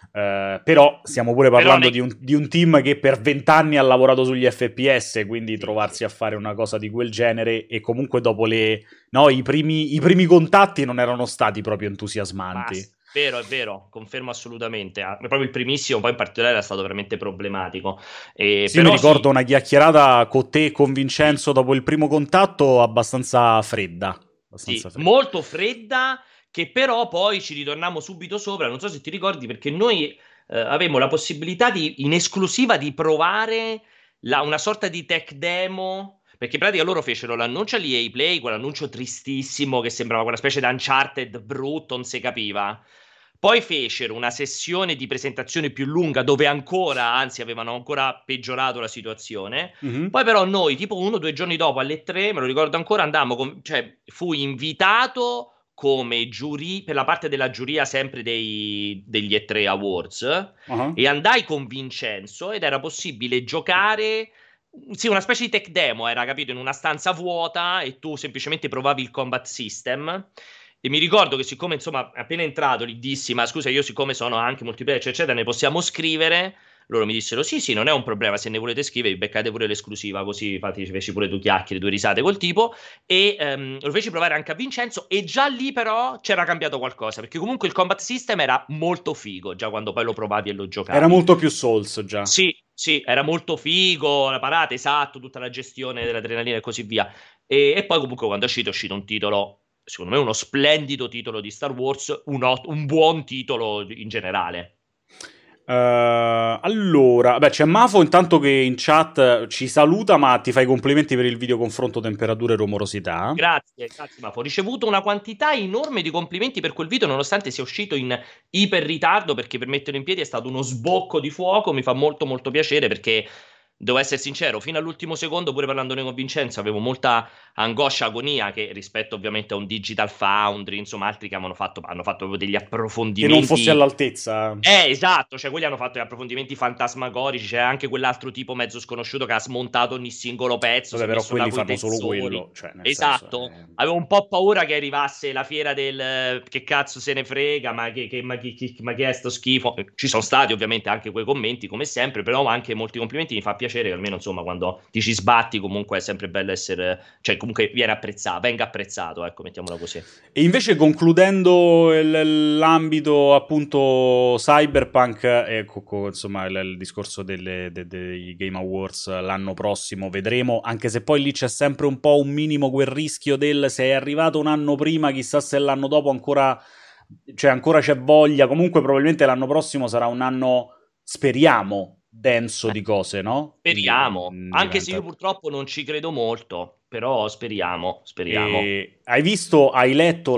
Però stiamo pure Però non parlando è di un team che per 20 anni ha lavorato sugli FPS, quindi sì, sì. trovarsi a fare una cosa di quel genere e comunque dopo no, i primi contatti non erano stati proprio Ma entusiasmanti. è vero, confermo assolutamente. Proprio il primissimo, poi in particolare, era stato veramente problematico. Sì, mi Però ricordo sì, una chiacchierata con te e con sì, Vincenzo dopo il primo contatto abbastanza fredda. Abbastanza sì, fredda. molto fredda, che però poi ci ritorniamo subito sopra. Non so se ti ricordi, perché noi avevamo la possibilità in esclusiva di provare una sorta di tech demo. Perché in pratica loro fecero l'annuncio all'EA Play, quell'annuncio tristissimo che sembrava quella specie di Uncharted brutto, non si capiva. Poi fecero una sessione di presentazione più lunga dove ancora, anzi, avevano ancora peggiorato la situazione. Mhm. Poi però noi, tipo 1 o 2 giorni dopo, alle 3, me lo ricordo ancora, andammo, cioè fui invitato come giurì, per la parte della giuria sempre degli E3 Awards, Ah. e andai con Vincenzo ed era possibile giocare, sì, una specie di tech demo, era capito, in una stanza vuota e tu semplicemente provavi il combat system. E mi ricordo che siccome, insomma, appena entrato, gli dissi, ma scusa, io siccome sono anche multiplayer, eccetera, ne possiamo scrivere? Loro mi dissero: Sì, sì, non è un problema. Se ne volete scrivere, vi beccate pure l'esclusiva. Così infatti ci feci pure 2 chiacchiere, 2 risate col tipo. E lo feci provare anche a Vincenzo. E già lì, però, c'era cambiato qualcosa. Perché comunque il combat system era molto figo. Già quando poi lo provavi e lo Era giocavi. molto più Souls già. Sì, sì, era molto figo. La parata, esatto, tutta la gestione dell'adrenalina e così via. E poi, comunque, quando è uscito un titolo. Secondo me, uno splendido titolo di Star Wars. Un buon titolo in generale. Allora, beh, c'è Mafo intanto che in chat ci saluta, ma ti fa i complimenti per il video confronto temperature e rumorosità. Grazie, grazie Mafo. Ho ricevuto una quantità enorme di complimenti per quel video, nonostante sia uscito in iper ritardo, perché per metterlo in piedi è stato uno sbocco di fuoco. Mi fa molto molto piacere perché, devo essere sincero, fino all'ultimo secondo, pure parlandone con Vincenzo, avevo molta angoscia, agonia, che rispetto ovviamente a un Digital Foundry, insomma, altri che hanno fatto proprio degli Che non fossi approfondimenti. all'altezza. Esatto, cioè quelli hanno fatto gli approfondimenti fantasmagorici, c'è anche quell'altro tipo mezzo sconosciuto che ha smontato ogni singolo pezzo, si Vabbè, è però messo là quelli coi fanno solo tensori. quello, cioè, nel senso. Esatto, avevo un po' paura che arrivasse la fiera del che cazzo se ne frega, ma che è sto schifo. Ci sono stati ovviamente anche quei commenti, come sempre, però anche molti complimenti, mi fa piacere che almeno insomma quando ti ci sbatti comunque è sempre bello essere, cioè comunque viene apprezzato, venga apprezzato, ecco, mettiamola così. E invece concludendo l'ambito appunto cyberpunk, ecco insomma il discorso dei Game Awards l'anno prossimo vedremo, anche se poi lì c'è sempre un po' un minimo quel rischio del se è arrivato un anno prima, chissà se l'anno dopo ancora, cioè ancora c'è voglia, comunque probabilmente l'anno prossimo sarà un anno, speriamo, denso di cose, no? Quindi Speriamo, anche se io diventa. purtroppo non ci credo molto, però speriamo, speriamo. E hai letto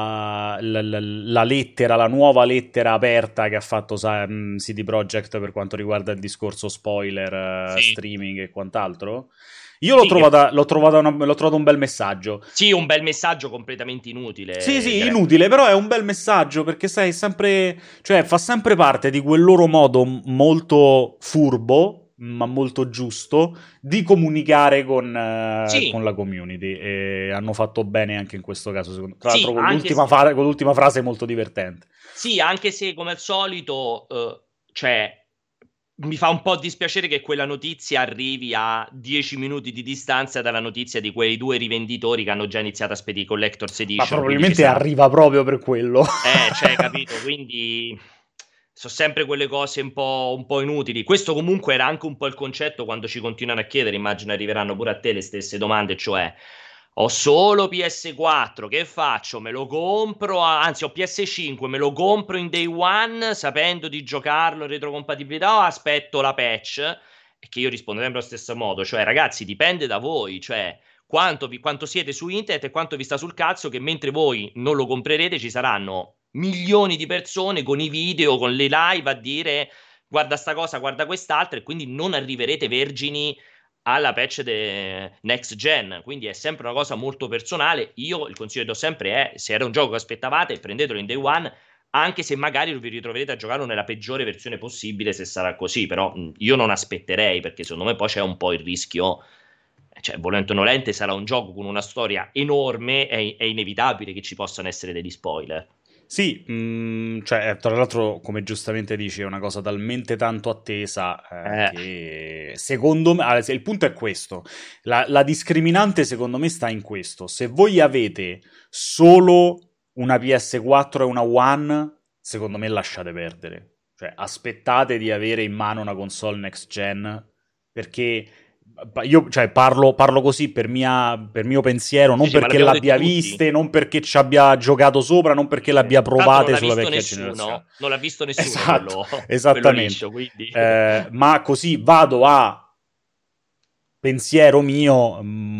la lettera, la nuova lettera aperta che ha fatto CD Projekt per quanto riguarda il discorso spoiler, Sì, streaming e quant'altro? Io l'ho sì, trovata, l'ho trovato un bel messaggio. sì, un bel messaggio completamente Sì, inutile. sì, inutile, però è un bel messaggio perché sai, è sempre, cioè, fa sempre parte di quel loro modo molto furbo, ma molto giusto, di comunicare Sì, con la community. E hanno fatto bene anche in questo caso, secondo. Tra l'altro, sì, anche se, con l'ultima frase molto divertente. sì, anche se come al solito, cioè, mi fa un po' dispiacere che quella notizia arrivi a 10 minuti di distanza dalla notizia di quei due rivenditori che hanno già iniziato a spedire Collector's Ma Edition, quindi ci probabilmente sarà... arriva proprio per quello. Cioè, capito? Quindi sono sempre quelle cose un po' inutili. Questo comunque era anche un po' il concetto quando ci continuano a chiedere, immagino arriveranno pure a te le stesse domande, cioè ho solo PS4, che faccio? Me lo compro, anzi ho PS5, me lo compro in day one sapendo di giocarlo in retrocompatibilità o aspetto la patch? E che io rispondo sempre allo stesso modo, cioè ragazzi dipende da voi, cioè quanto siete su internet e quanto vi sta sul cazzo che mentre voi non lo comprerete ci saranno milioni di persone con i video, con le live a dire guarda sta cosa, guarda quest'altra e quindi non arriverete vergini alla patch next gen, quindi è sempre una cosa molto personale. Io il consiglio che do sempre è se era un gioco che aspettavate prendetelo in day one, anche se magari vi ritroverete a giocarlo nella peggiore versione possibile se sarà così, però io non aspetterei perché secondo me poi c'è un po' il rischio, cioè volente o nolente sarà un gioco con una storia enorme, è inevitabile che ci possano essere degli spoiler. Sì, cioè, tra l'altro, come giustamente dici, è una cosa talmente tanto attesa Eh, che secondo me, il punto è questo, la discriminante secondo me sta in questo, se voi avete solo una PS4 e una One, secondo me lasciate perdere, cioè aspettate di avere in mano una console next gen, perché io cioè, parlo così per mio pensiero, sì, non sì, ma perché l'abbiamo detto l'abbia tutti. viste, non perché ci abbia giocato sopra, non perché l'abbia Tanto non provate l'ha sulla visto vecchia generazione. nessuno, non l'ha visto nessuno Esatto, quello, quello esattamente. liscio, quindi... Ma così vado a pensiero mio,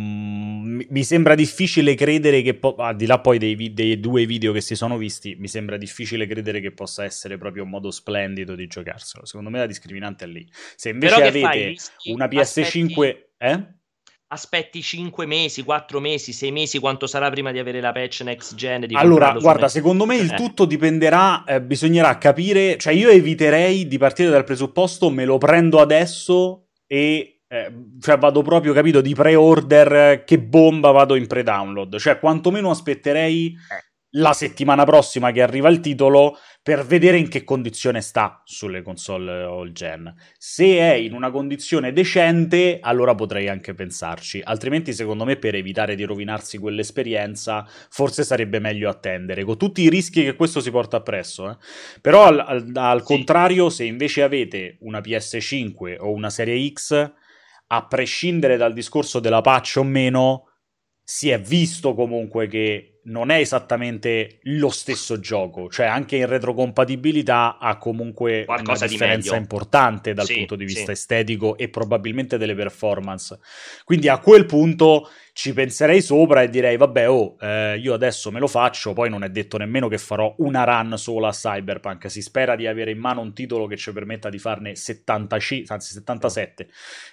mi sembra difficile credere che, al di là poi dei due video che si sono visti, mi sembra difficile credere che possa essere proprio un modo splendido di giocarselo. Secondo me la discriminante è lì. Se Però invece che fai? avete Rischi, una PS5, aspetti 5 mesi, 4 mesi, 6 mesi, quanto sarà prima di avere la patch next gen, di Allora, comprarlo su guarda, next... secondo me il Cioè, tutto dipenderà, bisognerà capire, cioè io eviterei di partire dal presupposto me lo prendo adesso e cioè vado proprio, capito, di pre-order, che bomba vado in pre-download, cioè quantomeno aspetterei la settimana prossima che arriva il titolo per vedere in che condizione sta sulle console all gen. Se è in una condizione decente, allora potrei anche pensarci. Altrimenti, secondo me, per evitare di rovinarsi quell'esperienza, forse sarebbe meglio attendere, con tutti i rischi che questo si porta appresso. Però, al sì, contrario, se invece avete una PS5 o una serie X, a prescindere dal discorso della patch o meno, si è visto comunque che non è esattamente lo stesso gioco, cioè anche in retrocompatibilità ha comunque una qualcosa di differenza meglio. importante dal Sì, punto di sì. vista estetico e probabilmente delle performance. Quindi a quel punto ci penserei sopra e direi vabbè, io adesso me lo faccio, poi non è detto nemmeno che farò una run sola a Cyberpunk, si spera di avere in mano un titolo che ci permetta di farne 75, anzi 77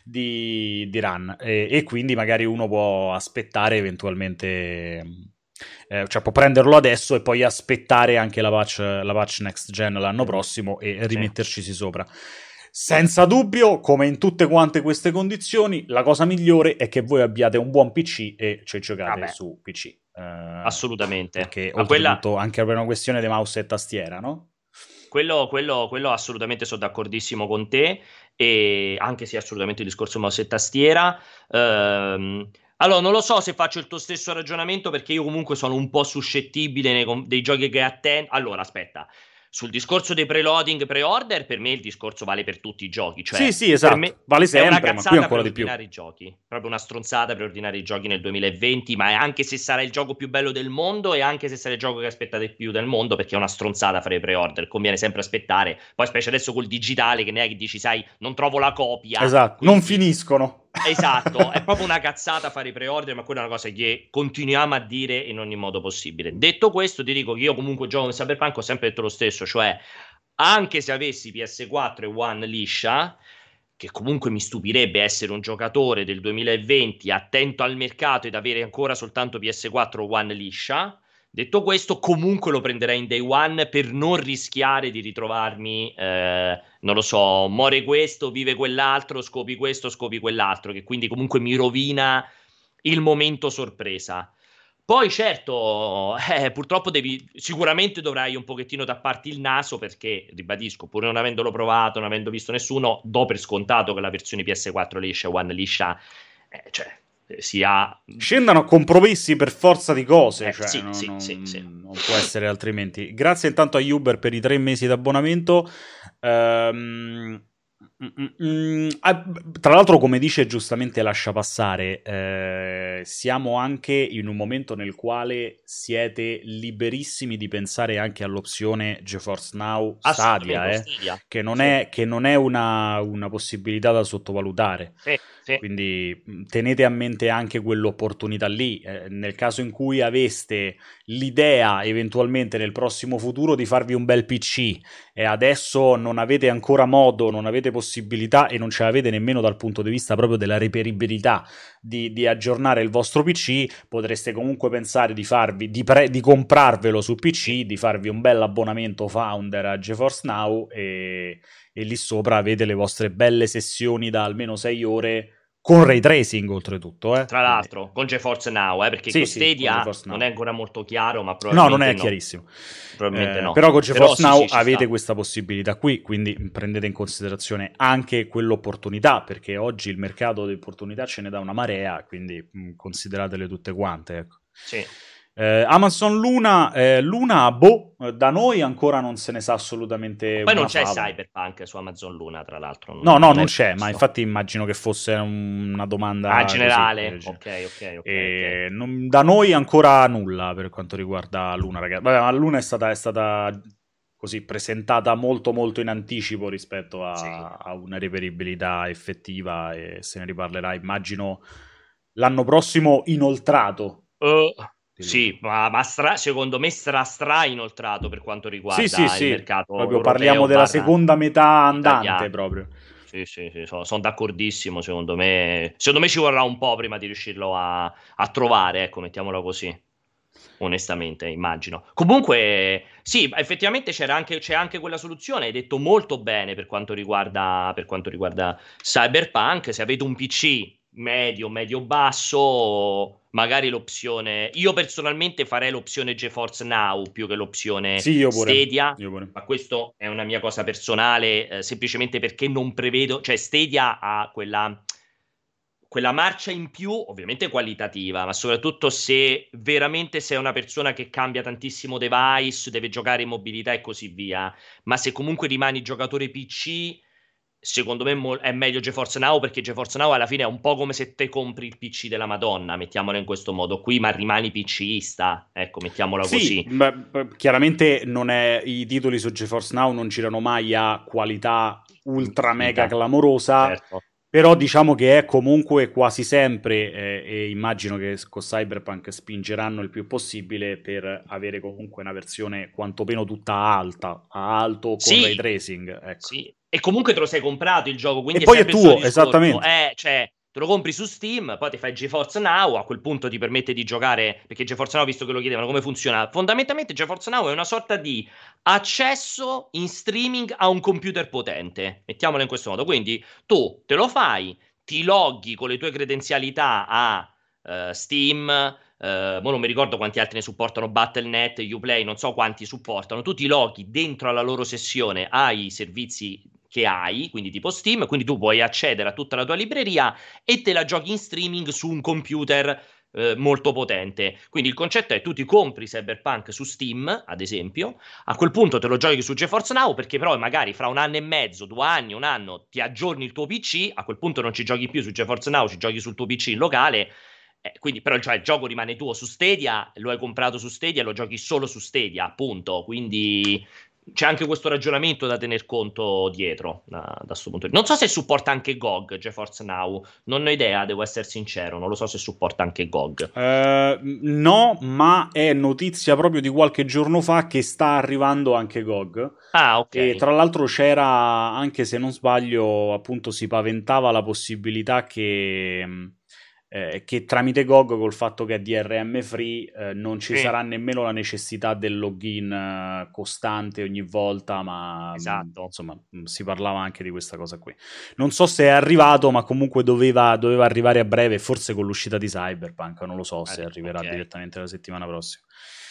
di run e quindi magari uno può aspettare eventualmente, cioè può prenderlo adesso e poi aspettare anche la patch next gen l'anno prossimo e Sì. rimettercisi sopra. Senza dubbio, come in tutte quante queste condizioni, la cosa migliore è che voi abbiate un buon PC e ci giocate Vabbè, su PC. assolutamente. Perché Ma quella, oltretutto anche per una questione di mouse e tastiera, no? quello assolutamente sono d'accordissimo con te, e anche se assolutamente il discorso mouse e tastiera. Allora, non lo so se faccio il tuo stesso ragionamento perché io comunque sono un po' suscettibile dei giochi che attendo. Allora, aspetta, sul discorso dei preloading, pre-order, per me il discorso vale per tutti i giochi, Sì, cioè sì, per esatto, me vale è una sempre, ma qui cazzata ancora di più. preordinare i giochi, proprio una stronzata preordinare i giochi nel 2020, ma anche se sarà il gioco più bello del mondo e anche se sarà il gioco che aspettate più del mondo, perché è una stronzata fare i pre-order, conviene sempre aspettare, poi specie adesso col digitale che ne è che dici, sai, non trovo la copia, Esatto, non quindi finiscono. esatto, è proprio una cazzata fare i pre-order, ma quella è una cosa che continuiamo a dire in ogni modo possibile. Detto questo, ti dico che io comunque gioco in Cyberpunk, ho sempre detto lo stesso, cioè anche se avessi PS4 e One liscia, che comunque mi stupirebbe essere un giocatore del 2020 attento al mercato ed avere ancora soltanto PS4 o One liscia. Detto questo, comunque lo prenderei in day one per non rischiare di ritrovarmi, non lo so, muore questo, vive quell'altro, scopi questo, scopi quell'altro, che quindi comunque mi rovina il momento sorpresa. Poi certo, purtroppo sicuramente dovrai un pochettino tapparti il naso perché, ribadisco, pur non avendolo provato, non avendo visto nessuno, do per scontato che la versione PS4 liscia, One liscia, cioè, si ha... Scendano a compromessi per forza di cose, cioè Sì, sì, sì, sì. non può essere altrimenti. Grazie intanto a Uber per i 3 mesi d'abbonamento. Ehm, Tra l'altro, come dice giustamente Lascia Passare, siamo anche in un momento nel quale siete liberissimi di pensare anche all'opzione GeForce Now Assolutamente, Stadia, Stadia. che non è una possibilità da sottovalutare. Sì, sì. Quindi tenete a mente anche quell'opportunità lì. Nel caso in cui aveste l'idea eventualmente nel prossimo futuro di farvi un bel PC e adesso non avete ancora modo, non avete possibilità e non ce l'avete nemmeno dal punto di vista proprio della reperibilità di aggiornare il vostro PC, potreste comunque pensare di comprarvelo su PC, di farvi un bel abbonamento Founder a GeForce Now e lì sopra avete le vostre belle sessioni da almeno 6 ore con ray tracing oltretutto, Tra quindi l'altro, con GeForce Now, perché sì, con sì, con Stadia GeForce non è Now. ancora molto chiaro, ma No, non probabilmente è no. chiarissimo. Probabilmente no. Però con Però GeForce sì, Now sì, ci avete sta. questa possibilità qui, quindi prendete in considerazione anche quell'opportunità, perché oggi il mercato di opportunità ce ne dà una marea, quindi consideratele tutte quante, ecco. Sì. Amazon Luna, Luna, boh, da noi ancora non se ne sa assolutamente Poi non una c'è fava. Cyberpunk su Amazon Luna, tra l'altro, No, no, non non è c'è, ma previsto. infatti immagino che fosse una Ah, domanda così. generale? Ok, ok, ok, ok. Da noi ancora nulla per quanto riguarda Luna, ragazzi. Vabbè, ma Luna è stata così presentata molto molto in anticipo rispetto Sì. a una reperibilità effettiva e se ne riparlerà, immagino, l'anno prossimo inoltrato di Luna. Sì, ma secondo me sarà inoltrato per quanto Sì, sì, riguarda il sì, mercato proprio parliamo europeo della barra seconda metà andante italiano. proprio. Sì, sì, sì, sono d'accordissimo, secondo me ci vorrà un po' prima di riuscirlo a trovare, ecco, mettiamola così, onestamente, immagino. Comunque, sì, effettivamente c'è anche quella soluzione, hai detto molto bene per quanto riguarda Cyberpunk, se avete un PC medio-basso, magari l'opzione... Io personalmente farei l'opzione GeForce Now più che l'opzione Sì, io pure, Stadia, io pure. ma questo è una mia cosa personale, semplicemente perché non prevedo, cioè Stadia ha quella marcia in più, ovviamente qualitativa, ma soprattutto se veramente sei una persona che cambia tantissimo device, deve giocare in mobilità e così via, ma se comunque rimani giocatore PC, secondo me è meglio GeForce Now perché GeForce Now alla fine è un po' come se te compri il PC della Madonna, mettiamolo in questo modo qui, ma rimani PCista, ecco, mettiamola Sì, così. chiaramente i titoli su GeForce Now non girano mai a qualità ultra mega Infinita, clamorosa, certo. però diciamo che è comunque quasi sempre, e immagino che con Cyberpunk spingeranno il più possibile per avere comunque una versione quantomeno tutta alta, a alto con ray Sì, tracing, ecco. sì. E comunque te lo sei comprato il gioco, E quindi è poi è sempre il solito tuo, discorso. esattamente. Cioè, te lo compri su Steam, poi ti fai GeForce Now, a quel punto ti permette di giocare, perché GeForce Now, visto che lo chiedevano, come funziona? Fondamentalmente GeForce Now è una sorta di accesso in streaming a un computer potente, mettiamolo in questo modo. Quindi tu te lo fai, ti loghi con le tue credenzialità a Steam, mo non mi ricordo quanti altri ne supportano, Battle.net, Uplay, non so quanti supportano. Tu ti loghi dentro alla loro sessione ai servizi che hai, quindi tipo Steam, quindi tu puoi accedere a tutta la tua libreria e te la giochi in streaming su un computer molto potente. Quindi il concetto è tu ti compri Cyberpunk su Steam, ad esempio, a quel punto te lo giochi su GeForce Now perché però magari fra un anno e mezzo, 2 anni, un anno ti aggiorni il tuo PC, a quel punto non ci giochi più su GeForce Now, ci giochi sul tuo PC in locale. Quindi, però, cioè, il gioco rimane tuo su Stadia, lo hai comprato su Stadia, lo giochi solo su Stadia, appunto. Quindi c'è anche questo ragionamento da tener conto dietro, da questo punto di vista. Non so se supporta anche GOG, GeForce Now, non ho idea, devo essere sincero, non lo so se supporta anche GOG. No, ma è notizia proprio di qualche giorno fa che sta arrivando anche GOG. Ah, ok. E tra l'altro c'era, anche se non sbaglio, appunto si paventava la possibilità che che tramite GOG, col fatto che è DRM free, non ci Sì, sarà nemmeno la necessità del login costante ogni volta, ma esatto. insomma si parlava anche di questa cosa qui. Non so se è arrivato, ma comunque doveva arrivare a breve, forse con l'uscita di Cyberpunk, non lo so se arriverà Ok. direttamente la settimana prossima.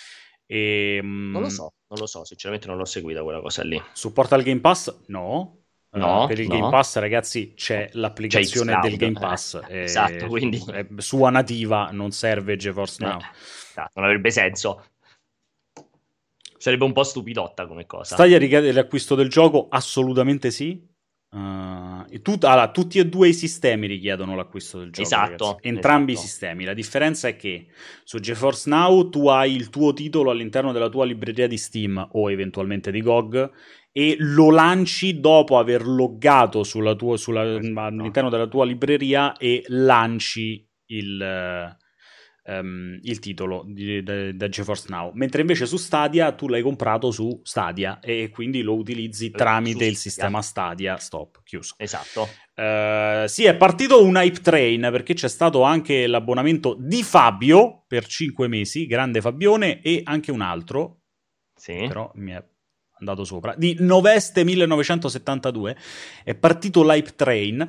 Non lo so, sinceramente non l'ho seguita quella cosa lì. Supporta il Game Pass? No. No, Per il Game no. Pass, ragazzi, c'è C'è l'applicazione del xCloud, Game Pass, esatto, quindi è sua nativa, non serve GeForce Now. non avrebbe senso. Sarebbe un po' stupidotta come cosa. Stadia richiede l'acquisto del gioco? Assolutamente sì. Tutti e due i sistemi richiedono l'acquisto del gioco, ragazzi. Esatto, Entrambi i esatto. sistemi. La differenza è che su GeForce Now tu hai il tuo titolo all'interno della tua libreria di Steam o eventualmente di GOG e lo lanci dopo aver loggato Esatto. all'interno della tua libreria e lanci il titolo da GeForce Now, mentre invece su Stadia tu l'hai comprato su Stadia e quindi lo utilizzi Su tramite il Stadia. sistema Stadia. Stop, chiuso. Esatto. Sì, è partito un hype train perché c'è stato anche l'abbonamento di Fabio per 5 mesi, grande Fabione, e anche un altro, Sì. però mi è andato sopra, di Noveste 1972. È partito l'hype train.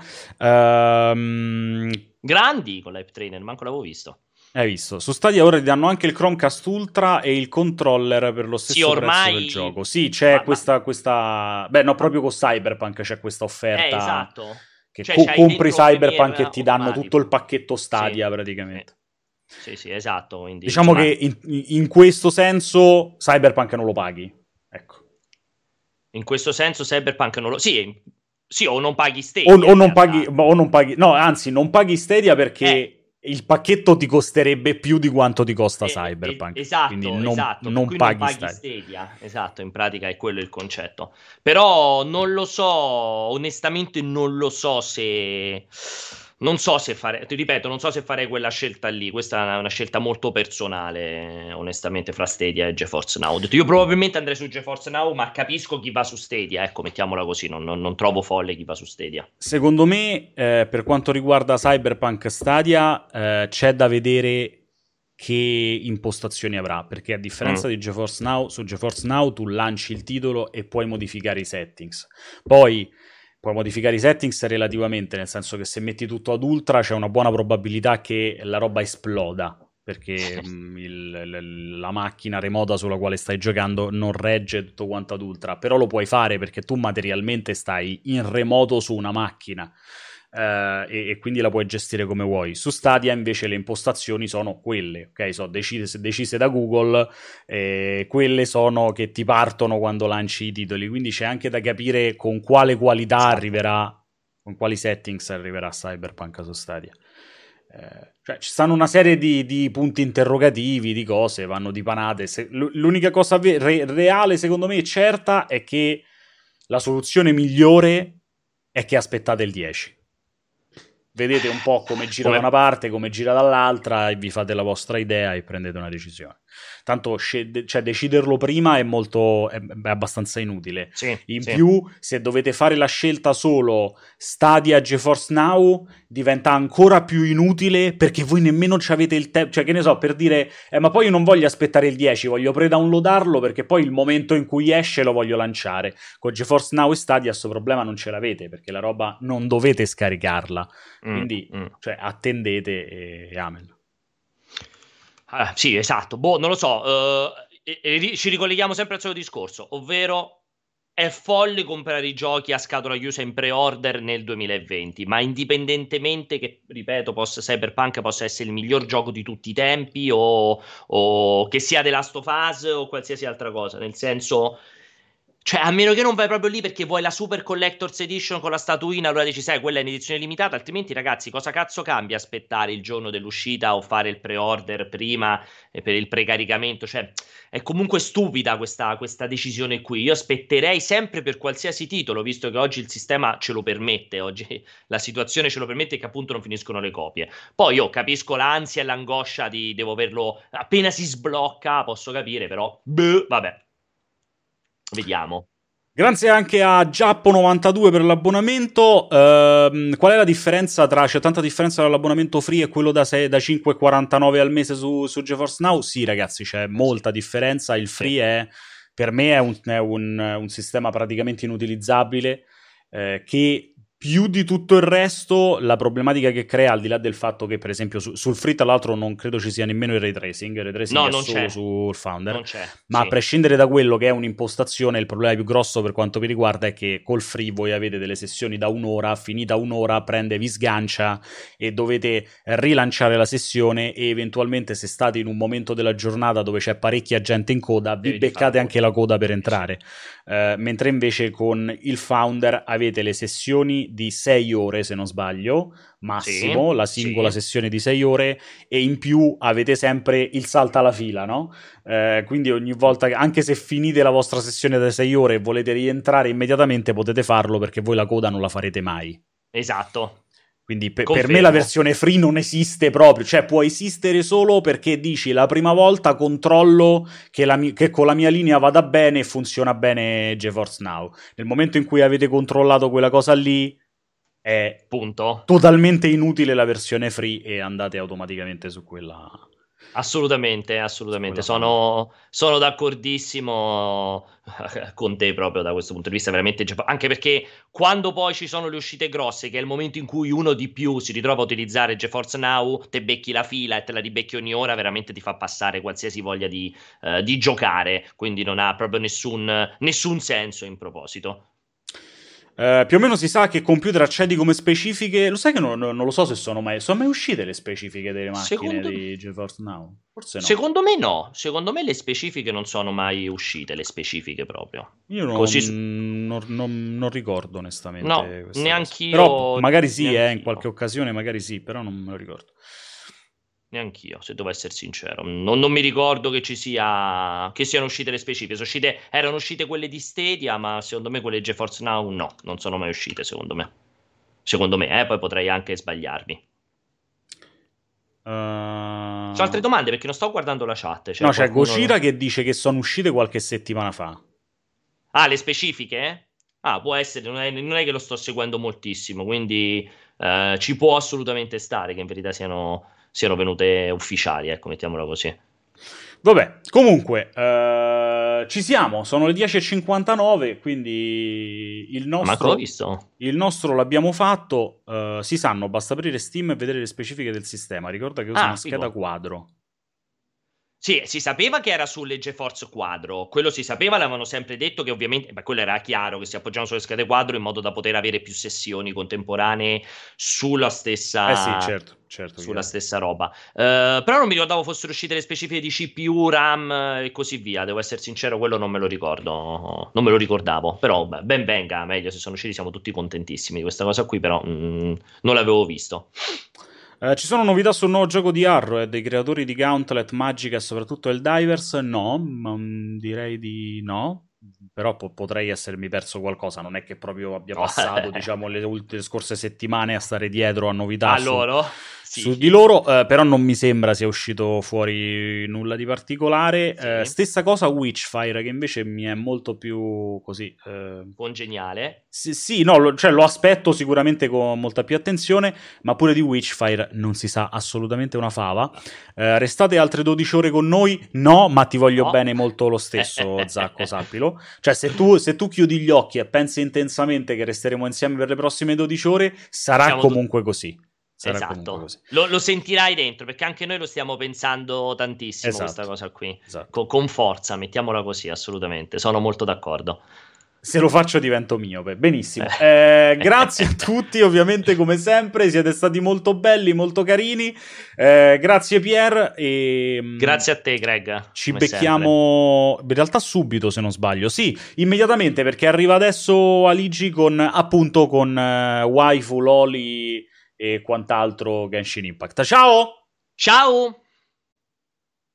Grandi con l'Hype Trainer, manco l'avevo visto. Hai visto? Su Stadia ora ti danno anche il Chromecast Ultra e il controller per lo Sì, stesso prezzo del ormai... gioco. Sì, c'è Ma... questa... Beh, no, proprio con Cyberpunk c'è questa offerta esatto. che Cioè, c'hai compri dentro Cyberpunk e Premiere ti danno tutto il automatico. pacchetto Sì, Stadia sì, praticamente. sì, sì, esatto. Quindi, Diciamo insomma, che in questo senso Cyberpunk non lo paghi. Ecco. in questo senso Cyberpunk non lo... Sì, sì, o non paghi O, Stadia o in non paghi, realtà. o non paghi, no, anzi, non paghi Stadia Eh, perché il pacchetto ti costerebbe più di quanto ti costa Cyberpunk. Quindi esatto, esatto, per non cui non paghi paghi Stadia. Stadia, esatto, in pratica è quello il concetto. Però non lo so, onestamente non lo so se... Non so se fare, ti ripeto, non so se farei quella scelta lì, questa è una scelta molto personale, onestamente, fra Stadia e GeForce Now. Ho detto, io probabilmente andrei su GeForce Now, ma capisco chi va su Stadia, ecco, mettiamola così, non trovo folle chi va su Stadia. Secondo me, per quanto riguarda Cyberpunk Stadia, c'è da vedere che impostazioni avrà, perché a Mm, differenza di GeForce Now, su GeForce Now tu lanci il titolo e puoi modificare i settings. Poi puoi modificare i settings relativamente, nel senso che se metti tutto ad ultra c'è una buona probabilità che la roba esploda, perché la macchina remota sulla quale stai giocando non regge tutto quanto ad ultra, però lo puoi fare perché tu materialmente stai in remoto su una macchina. E quindi la puoi gestire come vuoi. Su Stadia invece le impostazioni sono quelle, ok? Sono decise da Google, quelle sono che ti partono quando lanci i titoli, quindi c'è anche da capire con quale qualità esatto. arriverà, con quali settings arriverà Cyberpunk su Stadia. Cioè, ci stanno una serie di punti interrogativi, di cose, vanno dipanate. L'unica cosa reale, secondo me, certa è che la soluzione migliore è che aspettate il 10. Vedete un po' come gira da Come... una parte, come gira dall'altra e vi fate la vostra idea e prendete una decisione. Tanto cioè, deciderlo prima è abbastanza inutile. Sì, In sì. più, se dovete fare la scelta solo Stadia GeForce Now, diventa ancora più inutile perché voi nemmeno ci avete il tempo. Cioè, che ne so, per dire, ma poi io non voglio aspettare il 10, voglio pre-downloadarlo perché poi il momento in cui esce lo voglio lanciare. Con GeForce Now e Stadia questo problema non ce l'avete perché la roba non dovete scaricarla. Mm, Quindi, mm. cioè, attendete e amen. Sì, esatto. Boh, non lo so. Ci ricolleghiamo sempre al solito discorso, ovvero è folle comprare i giochi a scatola chiusa in pre-order nel 2020, ma indipendentemente che, ripeto, Cyberpunk possa essere il miglior gioco di tutti i tempi o che sia The Last of Us o qualsiasi altra cosa, nel senso... Cioè, a meno che non vai proprio lì perché vuoi la Super Collector's Edition con la statuina, allora dici, sai, quella è in edizione limitata, altrimenti, ragazzi, cosa cazzo cambia aspettare il giorno dell'uscita o fare il pre-order prima per il precaricamento? Cioè, è comunque stupida questa decisione qui. Io aspetterei sempre per qualsiasi titolo, visto che oggi il sistema ce lo permette, oggi la situazione ce lo permette che appunto non finiscono le copie. Poi io capisco l'ansia e l'angoscia di devo averlo appena si sblocca, posso capire, però, boh, vabbè, vediamo. Grazie anche a Giappo92 per l'abbonamento. Qual è la differenza c'è tanta differenza tra l'abbonamento free e quello da 5,49 al mese su GeForce Now? Sì, ragazzi, c'è molta differenza. Il free per me è un sistema praticamente inutilizzabile, che più di tutto il resto, la problematica che crea, al di là del fatto che, per esempio, sul free, tra l'altro, non credo ci sia nemmeno il ray tracing è solo sul Founder. Non c'è, ma a prescindere da quello che è un'impostazione, il problema più grosso per quanto mi riguarda è che col free voi avete delle sessioni da un'ora, finita un'ora, vi sgancia e dovete rilanciare la sessione, e eventualmente, se state in un momento della giornata dove c'è parecchia gente in coda, vi beccate anche la coda per entrare. Mentre invece con il Founder avete le sessioni di 6 ore, se non sbaglio, massimo, la singola sessione di 6 ore, e in più avete sempre il salta alla fila, no? Quindi ogni volta, anche se finite la vostra sessione da 6 ore e volete rientrare immediatamente, potete farlo, perché voi la coda non la farete mai. Esatto. Quindi per me la versione free non esiste proprio, cioè può esistere solo perché dici la prima volta controllo che con la mia linea vada bene e funziona bene GeForce Now. Nel momento in cui avete controllato quella cosa lì, è totalmente inutile la versione free e andate automaticamente su quella. Assolutamente. Sono d'accordissimo con te proprio da questo punto di vista, veramente. Anche perché quando poi ci sono le uscite grosse, che è il momento in cui uno di più si ritrova a utilizzare GeForce Now, te becchi la fila e te la ribecchi ogni ora, veramente ti fa passare qualsiasi voglia di giocare. Quindi non ha proprio nessun senso in proposito. Più o meno si sa che computer accedi come specifiche. Lo sai che non lo so se sono mai uscite le specifiche delle macchine di GeForce Now? Forse no. Secondo me no. Secondo me le specifiche non sono mai uscite, le specifiche proprio. Io non ricordo onestamente. No, neanch'io. Però magari sì, in qualche occasione magari sì, però non me lo ricordo. Neanch'io, se devo essere sincero. Non mi ricordo che siano uscite le specifiche. Erano uscite quelle di Stadia, ma secondo me quelle di GeForce Now no, non sono mai uscite, secondo me. Poi potrei anche sbagliarmi. C'ho altre domande, perché non sto guardando la chat. C'è Gojira che dice che sono uscite qualche settimana fa. Ah, le specifiche? Può essere, non è che lo sto seguendo moltissimo, quindi ci può assolutamente stare che in verità siano venute ufficiali, ecco, mettiamola così. Vabbè, comunque, ci siamo, sono le 10:59, quindi il nostro l'abbiamo fatto. Si sanno, basta aprire Steam e vedere le specifiche del sistema. Ricorda che usa una scheda quadro. Sì, si sapeva che era sulle GeForce Quadro, quello si sapeva, l'avevano sempre detto che ovviamente, quello era chiaro, che si appoggiavano sulle schede quadro in modo da poter avere più sessioni contemporanee sulla stessa, sì, certo, sulla stessa roba. Però non mi ricordavo fossero uscite le specifiche di CPU, RAM e così via, devo essere sincero, quello non me lo ricordo, non me lo ricordavo, però ben venga, meglio, se sono usciti siamo tutti contentissimi di questa cosa qui, però non l'avevo visto. Ci sono novità sul nuovo gioco di Arrowhead, dei creatori di Gauntlet, Magic e soprattutto il Divers? No, direi di no. Però potrei essermi perso qualcosa. Non è che proprio abbia passato diciamo le scorse settimane a stare dietro a novità su di loro, però non mi sembra sia uscito fuori nulla di particolare. Stessa cosa Witchfire, che invece mi è molto più così congeniale. Sì, no, lo aspetto sicuramente con molta più attenzione, ma pure di Witchfire non si sa assolutamente una fava. Restate altre 12 ore con noi? No, ma ti voglio bene molto lo stesso, Zacco, sappilo. Cioè, se tu chiudi gli occhi e pensi intensamente che resteremo insieme per le prossime 12 ore, sarà comunque così. Esatto, lo sentirai dentro, perché anche noi lo stiamo pensando tantissimo, questa cosa qui. Esatto. Con forza, mettiamola così, assolutamente, sono molto d'accordo. Se lo faccio divento miope. Benissimo. Grazie a tutti, ovviamente, come sempre. Siete stati molto belli, molto carini. Grazie Pier. Grazie a te, Greg. Ci becchiamo sempre. In realtà subito, se non sbaglio. Sì, immediatamente, perché arriva adesso Aligi con waifu, loli e quant'altro Genshin Impact. Ciao! Ciao!